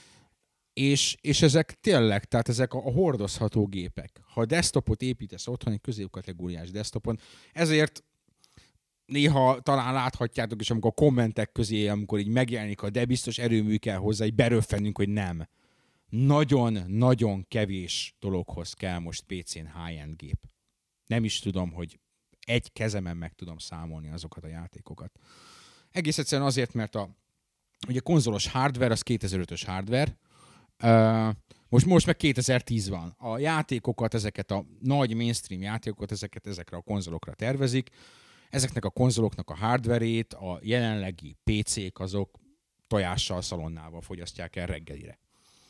És, és ezek tényleg, tehát ezek a, a hordozható gépek. Ha a desktopot építesz otthon, egy középkategóriás desktopon, ezért néha talán láthatjátok is, amikor a kommentek közé, amikor így megjelenik a de biztos erőmű kell hozzá, így beröffenünk, hogy nem. Nagyon-nagyon kevés dologhoz kell most pé cén high-end gép. Nem is tudom, hogy egy kezemen meg tudom számolni azokat a játékokat. Egész egyszerűen azért, mert a, ugye a konzolos hardware az kétezer-ötös hardware, Uh, most, most meg kétezer-tíz van. A játékokat, ezeket a nagy mainstream játékokat, ezeket ezekre a konzolokra tervezik. Ezeknek a konzoloknak a hardverét a jelenlegi pé cék azok tojással, szalonnával fogyasztják el reggelire.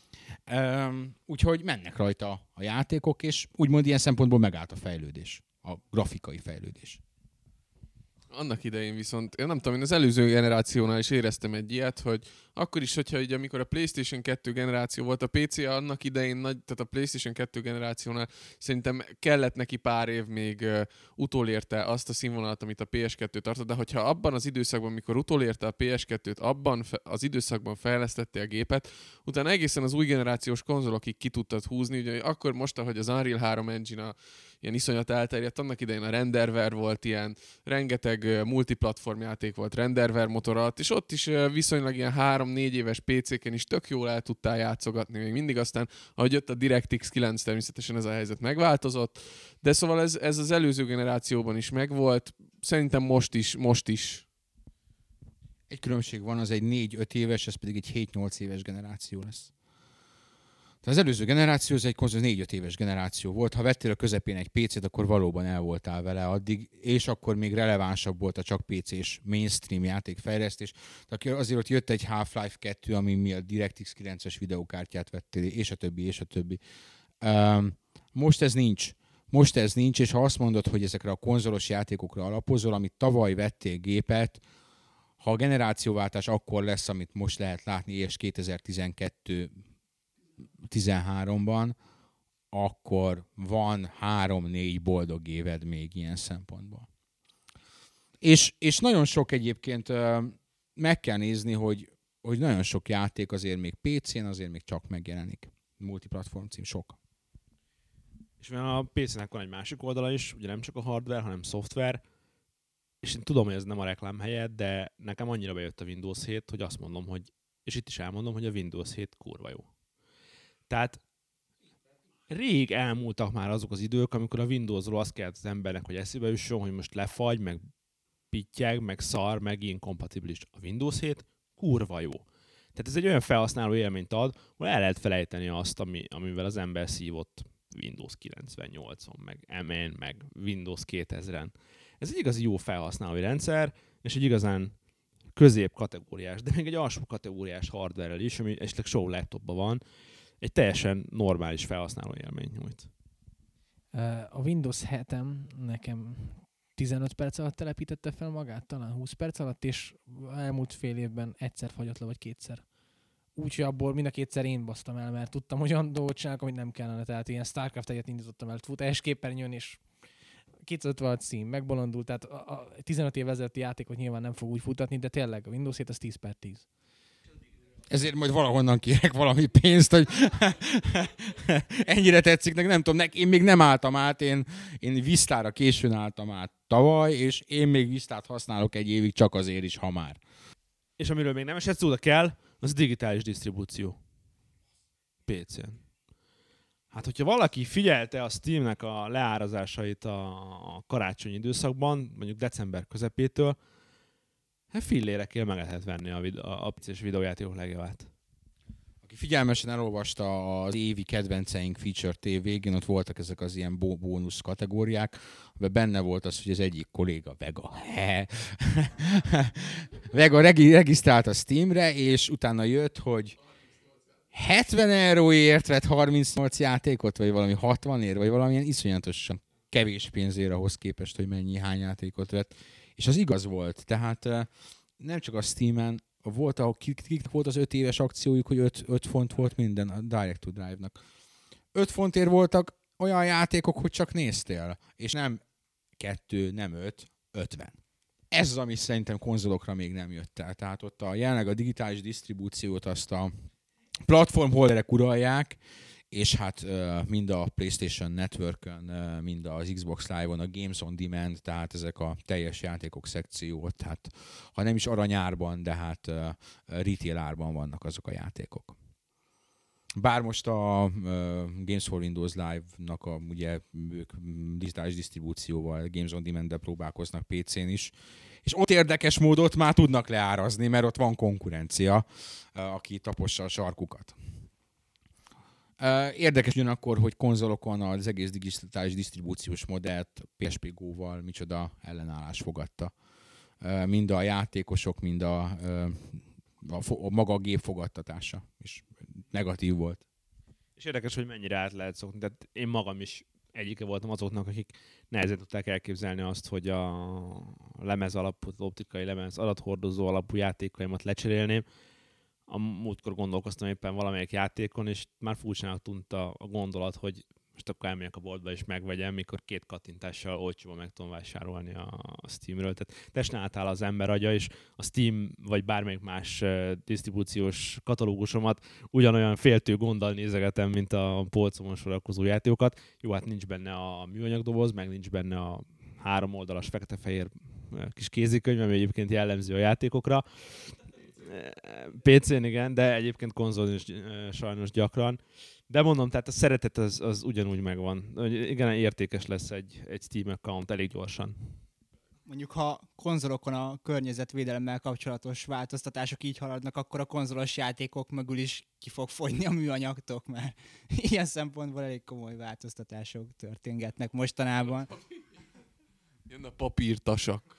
Um, úgyhogy mennek rajta a játékok, és úgymond ilyen szempontból megállt a fejlődés, a grafikai fejlődés. Annak idején viszont, én nem tudom, én az előző generációnál is éreztem egy ilyet, hogy akkor is, hogyha ugye, amikor a PlayStation kettő generáció volt, a pé cé annak idején, nagy, tehát a PlayStation kettő generációnál szerintem kellett neki pár év még uh, utolérte azt a színvonalat, amit a pé es kettő tartott, de hogyha abban az időszakban, mikor utolérte a pé es kettőt, abban fe, az időszakban fejlesztette a gépet, utána egészen az új generációs konzolokig ki tudtad húzni, ugye akkor most, ahogy az Unreal három engine a ilyen iszonyat elterjedt, annak idején a Renderware volt ilyen, rengeteg uh, multiplatform játék volt Renderware motor alatt, és ott is uh, viszonylag ilyen három-négy éves pé céken is tök jól el tudtál játszogatni még mindig, aztán ahogy jött a DirectX kilenc, természetesen ez a helyzet megváltozott, de szóval ez, ez az előző generációban is megvolt, szerintem most is, most is. Egy különbség van, az egy négy-öt éves, ez pedig egy hét-nyolc éves generáció lesz. Az előző generáció, ez egy konzol négy-öt éves generáció volt. Ha vettél a közepén egy pé cét, akkor valóban el voltál vele addig, és akkor még relevánsabb volt a csak pé cés mainstream játékfejlesztés. Tehát azért ott jött egy Half-Life kettő, ami miatt DirectX kilences videókártyát vettél, és a többi, és a többi. Um, most ez nincs. Most ez nincs, és ha azt mondod, hogy ezekre a konzolos játékokra alapozol, amit tavaly vettél gépet, ha a generációváltás akkor lesz, amit most lehet látni, és kétezer-tizenkettő tizenháromban, akkor van három-négy boldog éved még ilyen szempontból. És, és nagyon sok egyébként meg kell nézni, hogy, hogy nagyon sok játék azért még pé cén, azért még csak megjelenik. Multiplatform cím sok. És a pé cének van egy másik oldala is, ugye nem csak a hardware, hanem szoftver, és én tudom, hogy ez nem a reklám helye, de nekem annyira bejött a Windows hét, hogy azt mondom, hogy, és itt is elmondom, hogy a Windows hét kurva jó. Tehát rég elmúltak már azok az idők, amikor a Windowsról azt kellett az embernek, hogy eszébe jusson, hogy most lefagy, meg pittyeg, meg szar, meg inkompatibilis. A Windows hét kurva jó. Tehát ez egy olyan felhasználó élményt ad, hogy el lehet felejteni azt, ami, amivel az ember szívott Windows kilencvennyolcon, meg em en, meg Windows kétezren. Ez egy igazi jó felhasználói rendszer, és egy igazán középkategóriás, de még egy alsó kategóriás hardware-rel is, ami esetleg show laptopban van, egy teljesen normális felhasználó élmény nyújt. A Windows hetem nekem tizenöt perc alatt telepítette fel magát, talán húsz perc alatt, és elmúlt fél évben egyszer fagyott le, vagy kétszer. úgyhogy abból mind a kétszer én basztam el, mert tudtam, hogy olyan dolgot csinálok, amit nem kellene. Tehát ilyen Starcraft egyet indítottam el futás képernyőn, és kétszázötven szín, megbolondult, tehát a, a tizenöt év ezelőtti játékot nyilván nem fog úgy futatni, de tényleg a Windows hét az tíz per tíz. Ezért majd valahonnan kérek valami pénzt, hogy ennyire tetszik, nem tudom, nek, én még nem álltam át, én, én Vistára későn álltam át tavaly, és én még Vistát használok egy évig csak azért is, ha már. És amiről még nem esett szó, de kell, az digitális disztribúció. pé cén. Hát, hogyha valaki figyelte a Steamnek a leárazásait a karácsonyi időszakban, mondjuk december közepétől, hát fillérekkel meg lehet venni a, vid- a, a pé cés videójátékok legjavát. Aki figyelmesen elolvasta az évi kedvenceink feature té végén, ott voltak ezek az ilyen bó- bónusz kategóriák, amiben benne volt az, hogy az egyik kolléga Vega. Vega regi- regisztrált a Steamre, és utána jött, hogy hetven euróért vett harmincnyolc játékot, vagy valami hatvanért, vagy valamilyen iszonyatosan kevés pénzért ahhoz képest, hogy mennyi, hány játékot vett. És az igaz volt. Tehát nem csak a Steamen, volt, ahol kik, kik volt az öt éves akciójuk, hogy öt font volt minden a Direct to Drive-nak. öt fontért voltak olyan játékok, hogy csak néztél. És nem kettő, nem öt, ötven. Ez az, ami szerintem konzolokra még nem jött el. Tehát ott a, jelenleg a digitális disztribúciót azt a platform holderek uralják, és hát uh, mind a PlayStation Network-ön, uh, mind az Xbox Live-on, a Games on Demand, tehát ezek a teljes játékok szekciót, tehát ha nem is aranyárban, de hát uh, retail árban vannak azok a játékok. Bár most a uh, Games for Windows Live-nak a, ugye ők digitális disztribúcióval, Games on Demand-del próbálkoznak pé cén is, és ott érdekes módot már tudnak leárazni, mert ott van konkurencia, uh, aki tapossa a sarkukat. Érdekes ugyanakkor, hogy konzolokon az egész digitális disztribúciós modellt pé es pé Go-val micsoda ellenállás fogadta. Mind a játékosok, mind a, a, a maga a gép fogadtatása is negatív volt. És érdekes, hogy mennyire át lehet szokni. Tehát én magam is egyike voltam azoknak, akik nehezen tudták elképzelni azt, hogy a lemez alapú, az optikai lemez adathordozó alapú játékaimat lecserélném. A múltkor gondolkoztam éppen valamelyik játékon, és már furcsának tűnt a, a gondolat, hogy most akkor elmegyek a boltba és megvegyem, mikor két kattintással olcsóban meg tudom vásárolni a, a Steamről. Tehát testen átáll az ember agya, és a Steam vagy bármelyik más uh, disztribúciós katalógusomat ugyanolyan féltő gonddal nézegetem, mint a polcomon sorakozó játékokat. Jó, hát nincs benne a műanyagdoboz, meg nincs benne a három oldalas fekete-fehér kis kézikönyv, ami egyébként jellemző a játékokra. pé cén igen, de egyébként konzolon is sajnos gyakran. De mondom, tehát a szeretet az, az ugyanúgy megvan. Igen, értékes lesz egy, egy Steam account elég gyorsan. Mondjuk, ha konzolokon a környezetvédelemmel kapcsolatos változtatások így haladnak, akkor a konzolos játékok mögül is ki fog fogyni a műanyagtok, mert ilyen szempontból elég komoly változtatások történgetnek mostanában. Jön a papírtasak.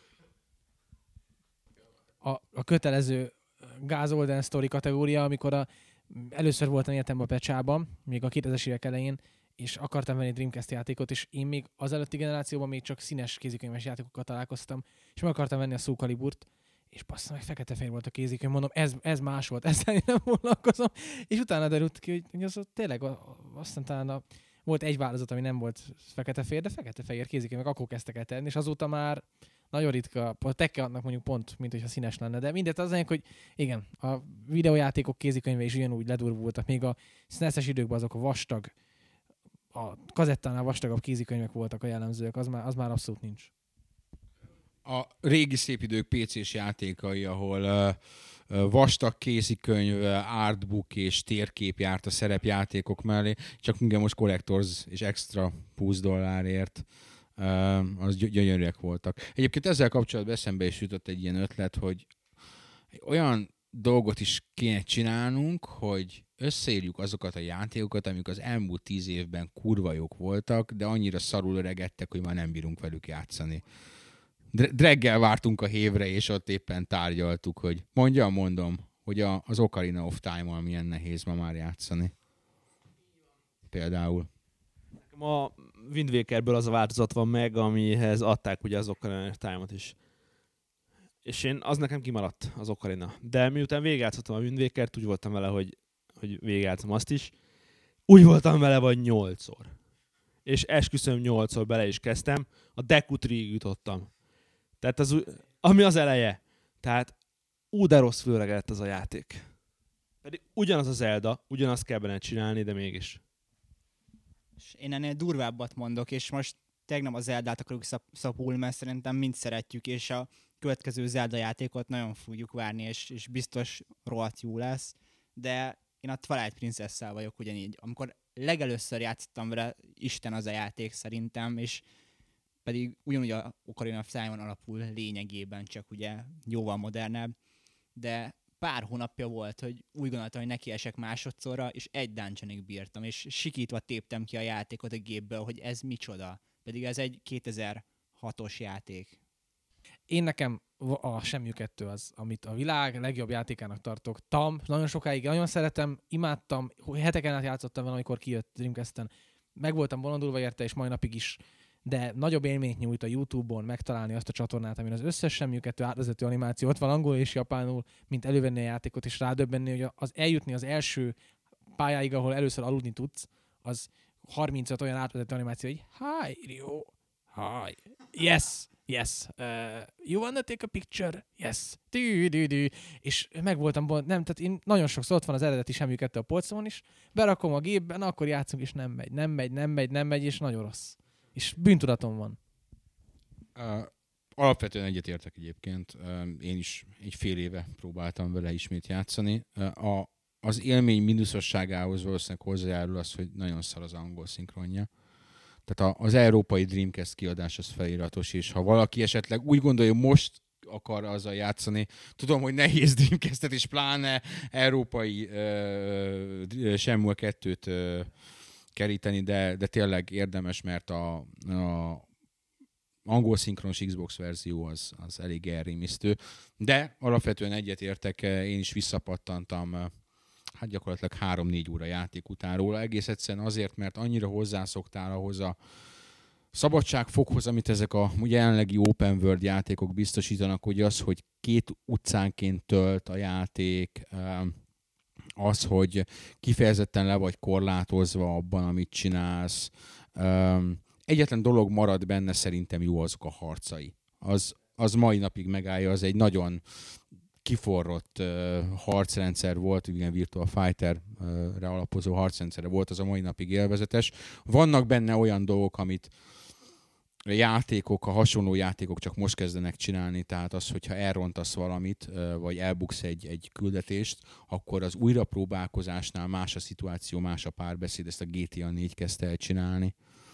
A, a kötelező Gázolden Story kategória, amikor a, először voltam életemben a pecsában, még a kétezres évek elején, és akartam venni Dreamcast játékot, és én még az előtti generációban még csak színes kézikönyves játékokkal találkoztam, és meg akartam venni a Soul Caliburt, és bassza meg, fekete-fehér volt a kézikönyv, mondom, ez, ez más volt, ezzel én nem foglalkozom, és utána derült ki, hogy az tényleg aztán talán a, volt egy változat, ami nem volt fekete-fehér, de fekete-fehér kézikönyvek akkor kezdtek el tenni, és azóta már nagyon ritka, a tekke annak mondjuk pont, mint hogyha színes lenne, de mindegy az hogy igen, a videójátékok kézikönyve is ugyanúgy ledurvultak, még a es en e es-es időkben azok a vastag, a kazettánál vastagabb kézikönyvek voltak a jellemzőek, az már, az már abszolút nincs. A régi szép idők pé cés játékai, ahol uh, uh, vastag kézikönyv, artbook és térkép járt a szerepjátékok mellé, csak igen most collectors és extra húsz dollárért, uh, az gy- gyönyörűek voltak. Egyébként ezzel kapcsolatban eszembe is jutott egy ilyen ötlet, hogy olyan dolgot is kéne csinálnunk, hogy összeírjuk azokat a játékokat, amik az elmúlt tíz évben kurva jók voltak, de annyira szarul öregedtek, hogy már nem bírunk velük játszani. Dreggel vártunk a hévre, és ott éppen tárgyaltuk, hogy mondjam, mondom, hogy a, az Ocarina of Time-mal milyen nehéz ma már játszani. Például. A Wind Wakerből az a változat van meg, amihez adták ugye az Ocarina of Time-ot is. És én, az nekem kimaradt az Ocarina. De miután végigjátszottam a Wind Waker-t, úgy voltam vele, hogy, hogy végigjátszom azt is. Úgy voltam vele, vagy nyolcszor. És esküszöm nyolcszor bele is kezdtem. A Deku Tree-ig jutottam. Tehát az, ami az eleje. Tehát ú, de rossz fölregelt ez a játék. Pedig ugyanaz a Zelda, ugyanazt kell benne csinálni, de mégis. És én ennél durvábbat mondok, és most tegnap a Zeldát akarjuk szap- szapulni, mert szerintem mind szeretjük, és a következő Zelda játékot nagyon fogjuk várni, és, és biztos rohadt jó lesz. De én a Twilight Princess-szel vagyok ugyanígy. Amikor legelőször játszottam vele, Isten az a játék szerintem, és pedig ugyanúgy a Ocarina of Time-on alapul lényegében, csak ugye jóval modernebb, de pár hónapja volt, hogy úgy gondoltam, hogy nekiesek másodszorra, és egy dungeonig bírtam, és sikítva téptem ki a játékot a gépből, hogy ez micsoda. Pedig ez egy kétezer-hatos játék. Én nekem a Shenmue kettő az, amit a világ legjobb játékának tartok. Tam, nagyon sokáig nagyon szeretem, imádtam, heteken át játszottam vele, amikor kijött Dreamcast-en. Meg voltam bolondulva érte, és mai napig is, de nagyobb élményt nyújt a YouTube-on megtalálni azt a csatornát, amin az összes Shenmue kettő átvezető animáció ott van angol és japánul, mint elővenni a játékot, és rádöbbenni, hogy az eljutni az első pályáig, ahol először aludni tudsz, az harmincöt olyan átvezető animáció, hogy hi, Ryo, hi, yes, yes, uh, you wanna take a picture? Yes, dű, dű, dű. És meg voltam, nem, tehát én nagyon sokszor ott van az eredeti Shenmue kettő a polcomon is, berakom a gépbe, na akkor játszunk, és nem megy, nem megy, nem megy, nem megy, és nagyon rossz. És bűntudatom van. Uh, alapvetően egyetértek egyébként. Uh, én is egy fél éve próbáltam vele ismét játszani. Uh, a, az élmény mínuszosságához valószínűleg hozzájárul az, hogy nagyon szar az angol szinkronja. Tehát a, az európai Dreamcast kiadás az feliratos, és ha valaki esetleg úgy gondolja, hogy most akar azzal játszani, tudom, hogy nehéz Dreamcastet, és pláne európai uh, Shenmue kettőt uh, keríteni, de, de tényleg érdemes, mert a, a angol szinkronos Xbox verzió az, az elég elrémisztő. De alapvetően egyetértek, én is visszapattantam hát gyakorlatilag három-négy óra játék után róla. Egész egyszerűen azért, mert annyira hozzászoktál ahhoz a szabadságfokhoz, amit ezek a ugye jelenlegi open world játékok biztosítanak, hogy az, hogy két utcánként tölt a játék, az, hogy kifejezetten le vagy korlátozva abban, amit csinálsz. Egyetlen dolog marad benne, szerintem jó, azok a harcai. Az, az mai napig megállja, az egy nagyon kiforrott uh, harcrendszer volt, igen, Virtua Fighter-re alapozó harcrendszerre volt, az a mai napig élvezetes. Vannak benne olyan dolgok, amit a játékok, a hasonló játékok csak most kezdenek csinálni, tehát az, hogyha elrontasz valamit, vagy elbuksz egy, egy küldetést, akkor az újrapróbálkozásnál más a szituáció, más a párbeszéd, ezt a gé té á négy kezdte el csinálni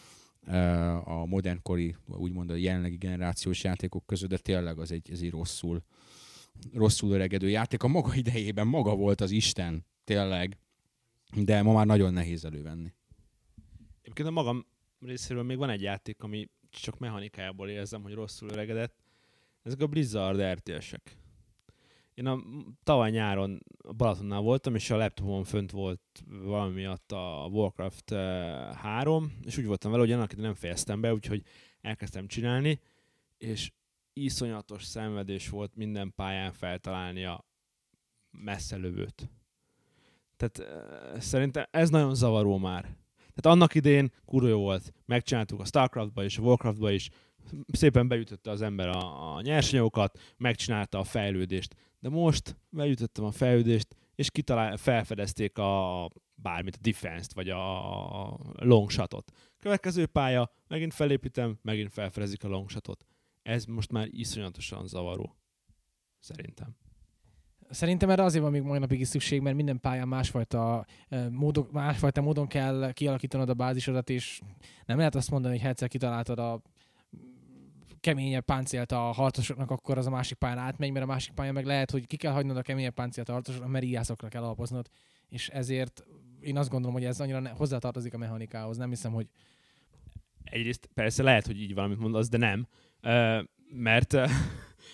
a modernkori, úgymond a jelenlegi generációs játékok között, de tényleg az egy, ez egy rosszul, rosszul öregedő játék. A maga idejében maga volt az Isten, tényleg, de ma már nagyon nehéz elővenni. Egyébként a magam részéről még van egy játék, ami csak mechanikájából érzem, hogy rosszul öregedett. Ezek a Blizzard er té esek. Én a tavaly nyáron Balatonnál voltam, és a laptopon fönt volt valami miatt a Warcraft három, és úgy voltam vele, hogy annak nem fejeztem be, úgyhogy elkezdtem csinálni, és iszonyatos szenvedés volt minden pályán feltalálni a messzelövőt. Tehát uh, szerintem ez nagyon zavaró már. Tehát annak idején kurva jó volt. Megcsináltuk a Starcraftba és a Warcraftba is, szépen beütötte az ember a, a nyersanyagokat, megcsinálta a fejlődést. De most beütöttem a fejlődést, és kitalál, felfedezték a bármit, a defense-t, vagy a, a longshotot. Következő pálya, megint felépítem, megint felfedezik a longshotot. Ez most már iszonyatosan zavaró. Szerintem. Szerintem erre azért van még mai napig is szükség, mert minden pályán másfajta, módon, másfajta módon kell kialakítanod a bázisodat, és nem lehet azt mondani, hogy ha egyszer kitaláltad a keményebb páncélt a harcosoknak, akkor az a másik pályán átmegy, mert a másik pályán meg lehet, hogy ki kell hagynod a keményebb páncélt a harcosoknak, mert íjászokra kell alapoznod, és ezért én azt gondolom, hogy ez annyira hozzátartozik a mechanikához. Nem hiszem, hogy... Egyrészt persze lehet, hogy így valamit mondasz, de nem. Mert,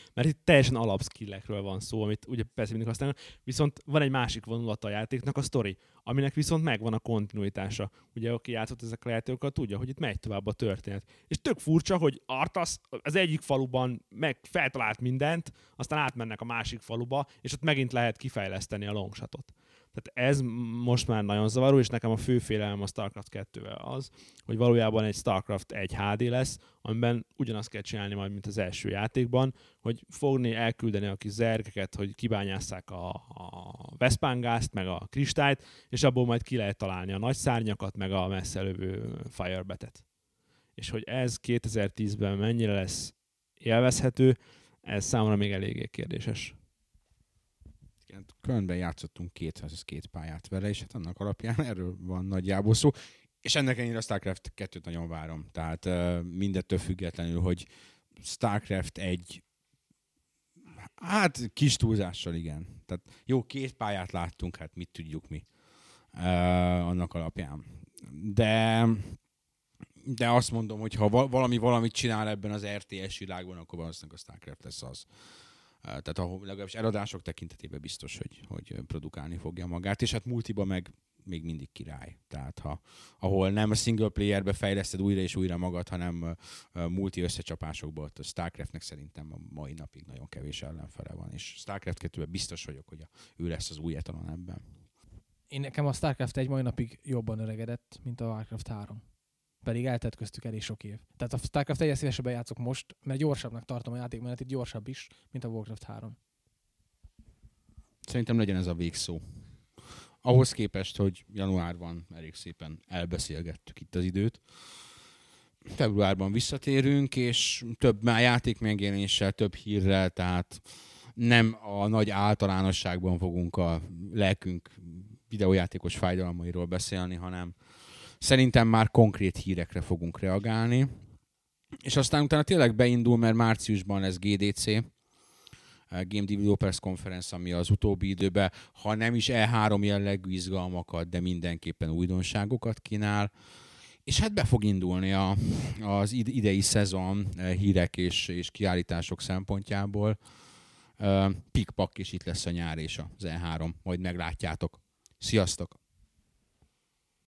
mert itt teljesen alapskillekről van szó, amit ugye persze mindig használnak, viszont van egy másik vonulata a játéknak, a sztori, aminek viszont megvan a kontinuitása. Ugye aki játszott ezekkel a játékokkal, tudja, hogy itt megy tovább a történet. És tök furcsa, hogy Arthas az egyik faluban meg feltalált mindent, aztán átmennek a másik faluba, és ott megint lehet kifejleszteni a longshotot. Tehát ez most már nagyon zavaró, és nekem a fő félelem a StarCraft kettővel az, hogy valójában egy StarCraft egy há dé lesz, amiben ugyanazt kell csinálni majd, mint az első játékban, hogy fogni, elküldeni a kis zergeket, hogy kibányásszák a, a Vespángázt, meg a kristályt, és abból majd ki lehet találni a nagy szárnyakat, meg a messze lövő Firebat-et. És hogy ez kétezer-tízben mennyire lesz élvezhető, ez számomra még eléggé kérdéses. Kölnben játszottunk két, két pályát vele, és hát annak alapján erről van nagyjából szó. És ennek ennyire a StarCraft kettőt nagyon várom. Tehát uh, mindettől függetlenül, hogy StarCraft egy hát kis túlzással igen. Tehát jó, két pályát láttunk, hát mit tudjuk mi uh, annak alapján. De de azt mondom, hogy ha valami valamit csinál ebben az er té es világban, akkor valószínűleg a StarCraft lesz az. Tehát ahol legalábbis eladások tekintetében biztos, hogy, hogy produkálni fogja magát, és hát multiba meg még mindig király. Tehát ha, ahol nem a single playerbe fejleszted újra és újra magad, hanem uh, multi összecsapásokból, ott a StarCraftnek szerintem a mai napig nagyon kevés ellenfele van, és StarCraft kettőben biztos vagyok, hogy a, ő lesz az új etalon ebben. Én nekem a StarCraft egy mai napig jobban öregedett, mint a Warcraft három. Pedig eltett köztük elég sok év. Tehát a StarCraft egyet szívesebben játszok most, mert gyorsabbnak tartom a játékmenetet, gyorsabb is, mint a Warcraft három. Szerintem legyen ez a végszó. Ahhoz képest, hogy januárban elég szépen elbeszélgettük itt az időt. Februárban visszatérünk, és több már játék megjelenéssel, több hírrel, tehát nem a nagy általánosságban fogunk a lelkünk videójátékos fájdalmairól beszélni, hanem szerintem már konkrét hírekre fogunk reagálni. És aztán utána tényleg beindul, mert márciusban lesz gé dé cé, Game Developers Conference, ami az utóbbi időben, ha nem is E három jellegű izgalmakat, de mindenképpen újdonságokat kínál. És hát be fog indulni a, az idei szezon hírek és, és kiállítások szempontjából. Pikpak, és itt lesz a nyár és az E három. Majd meglátjátok. Sziasztok!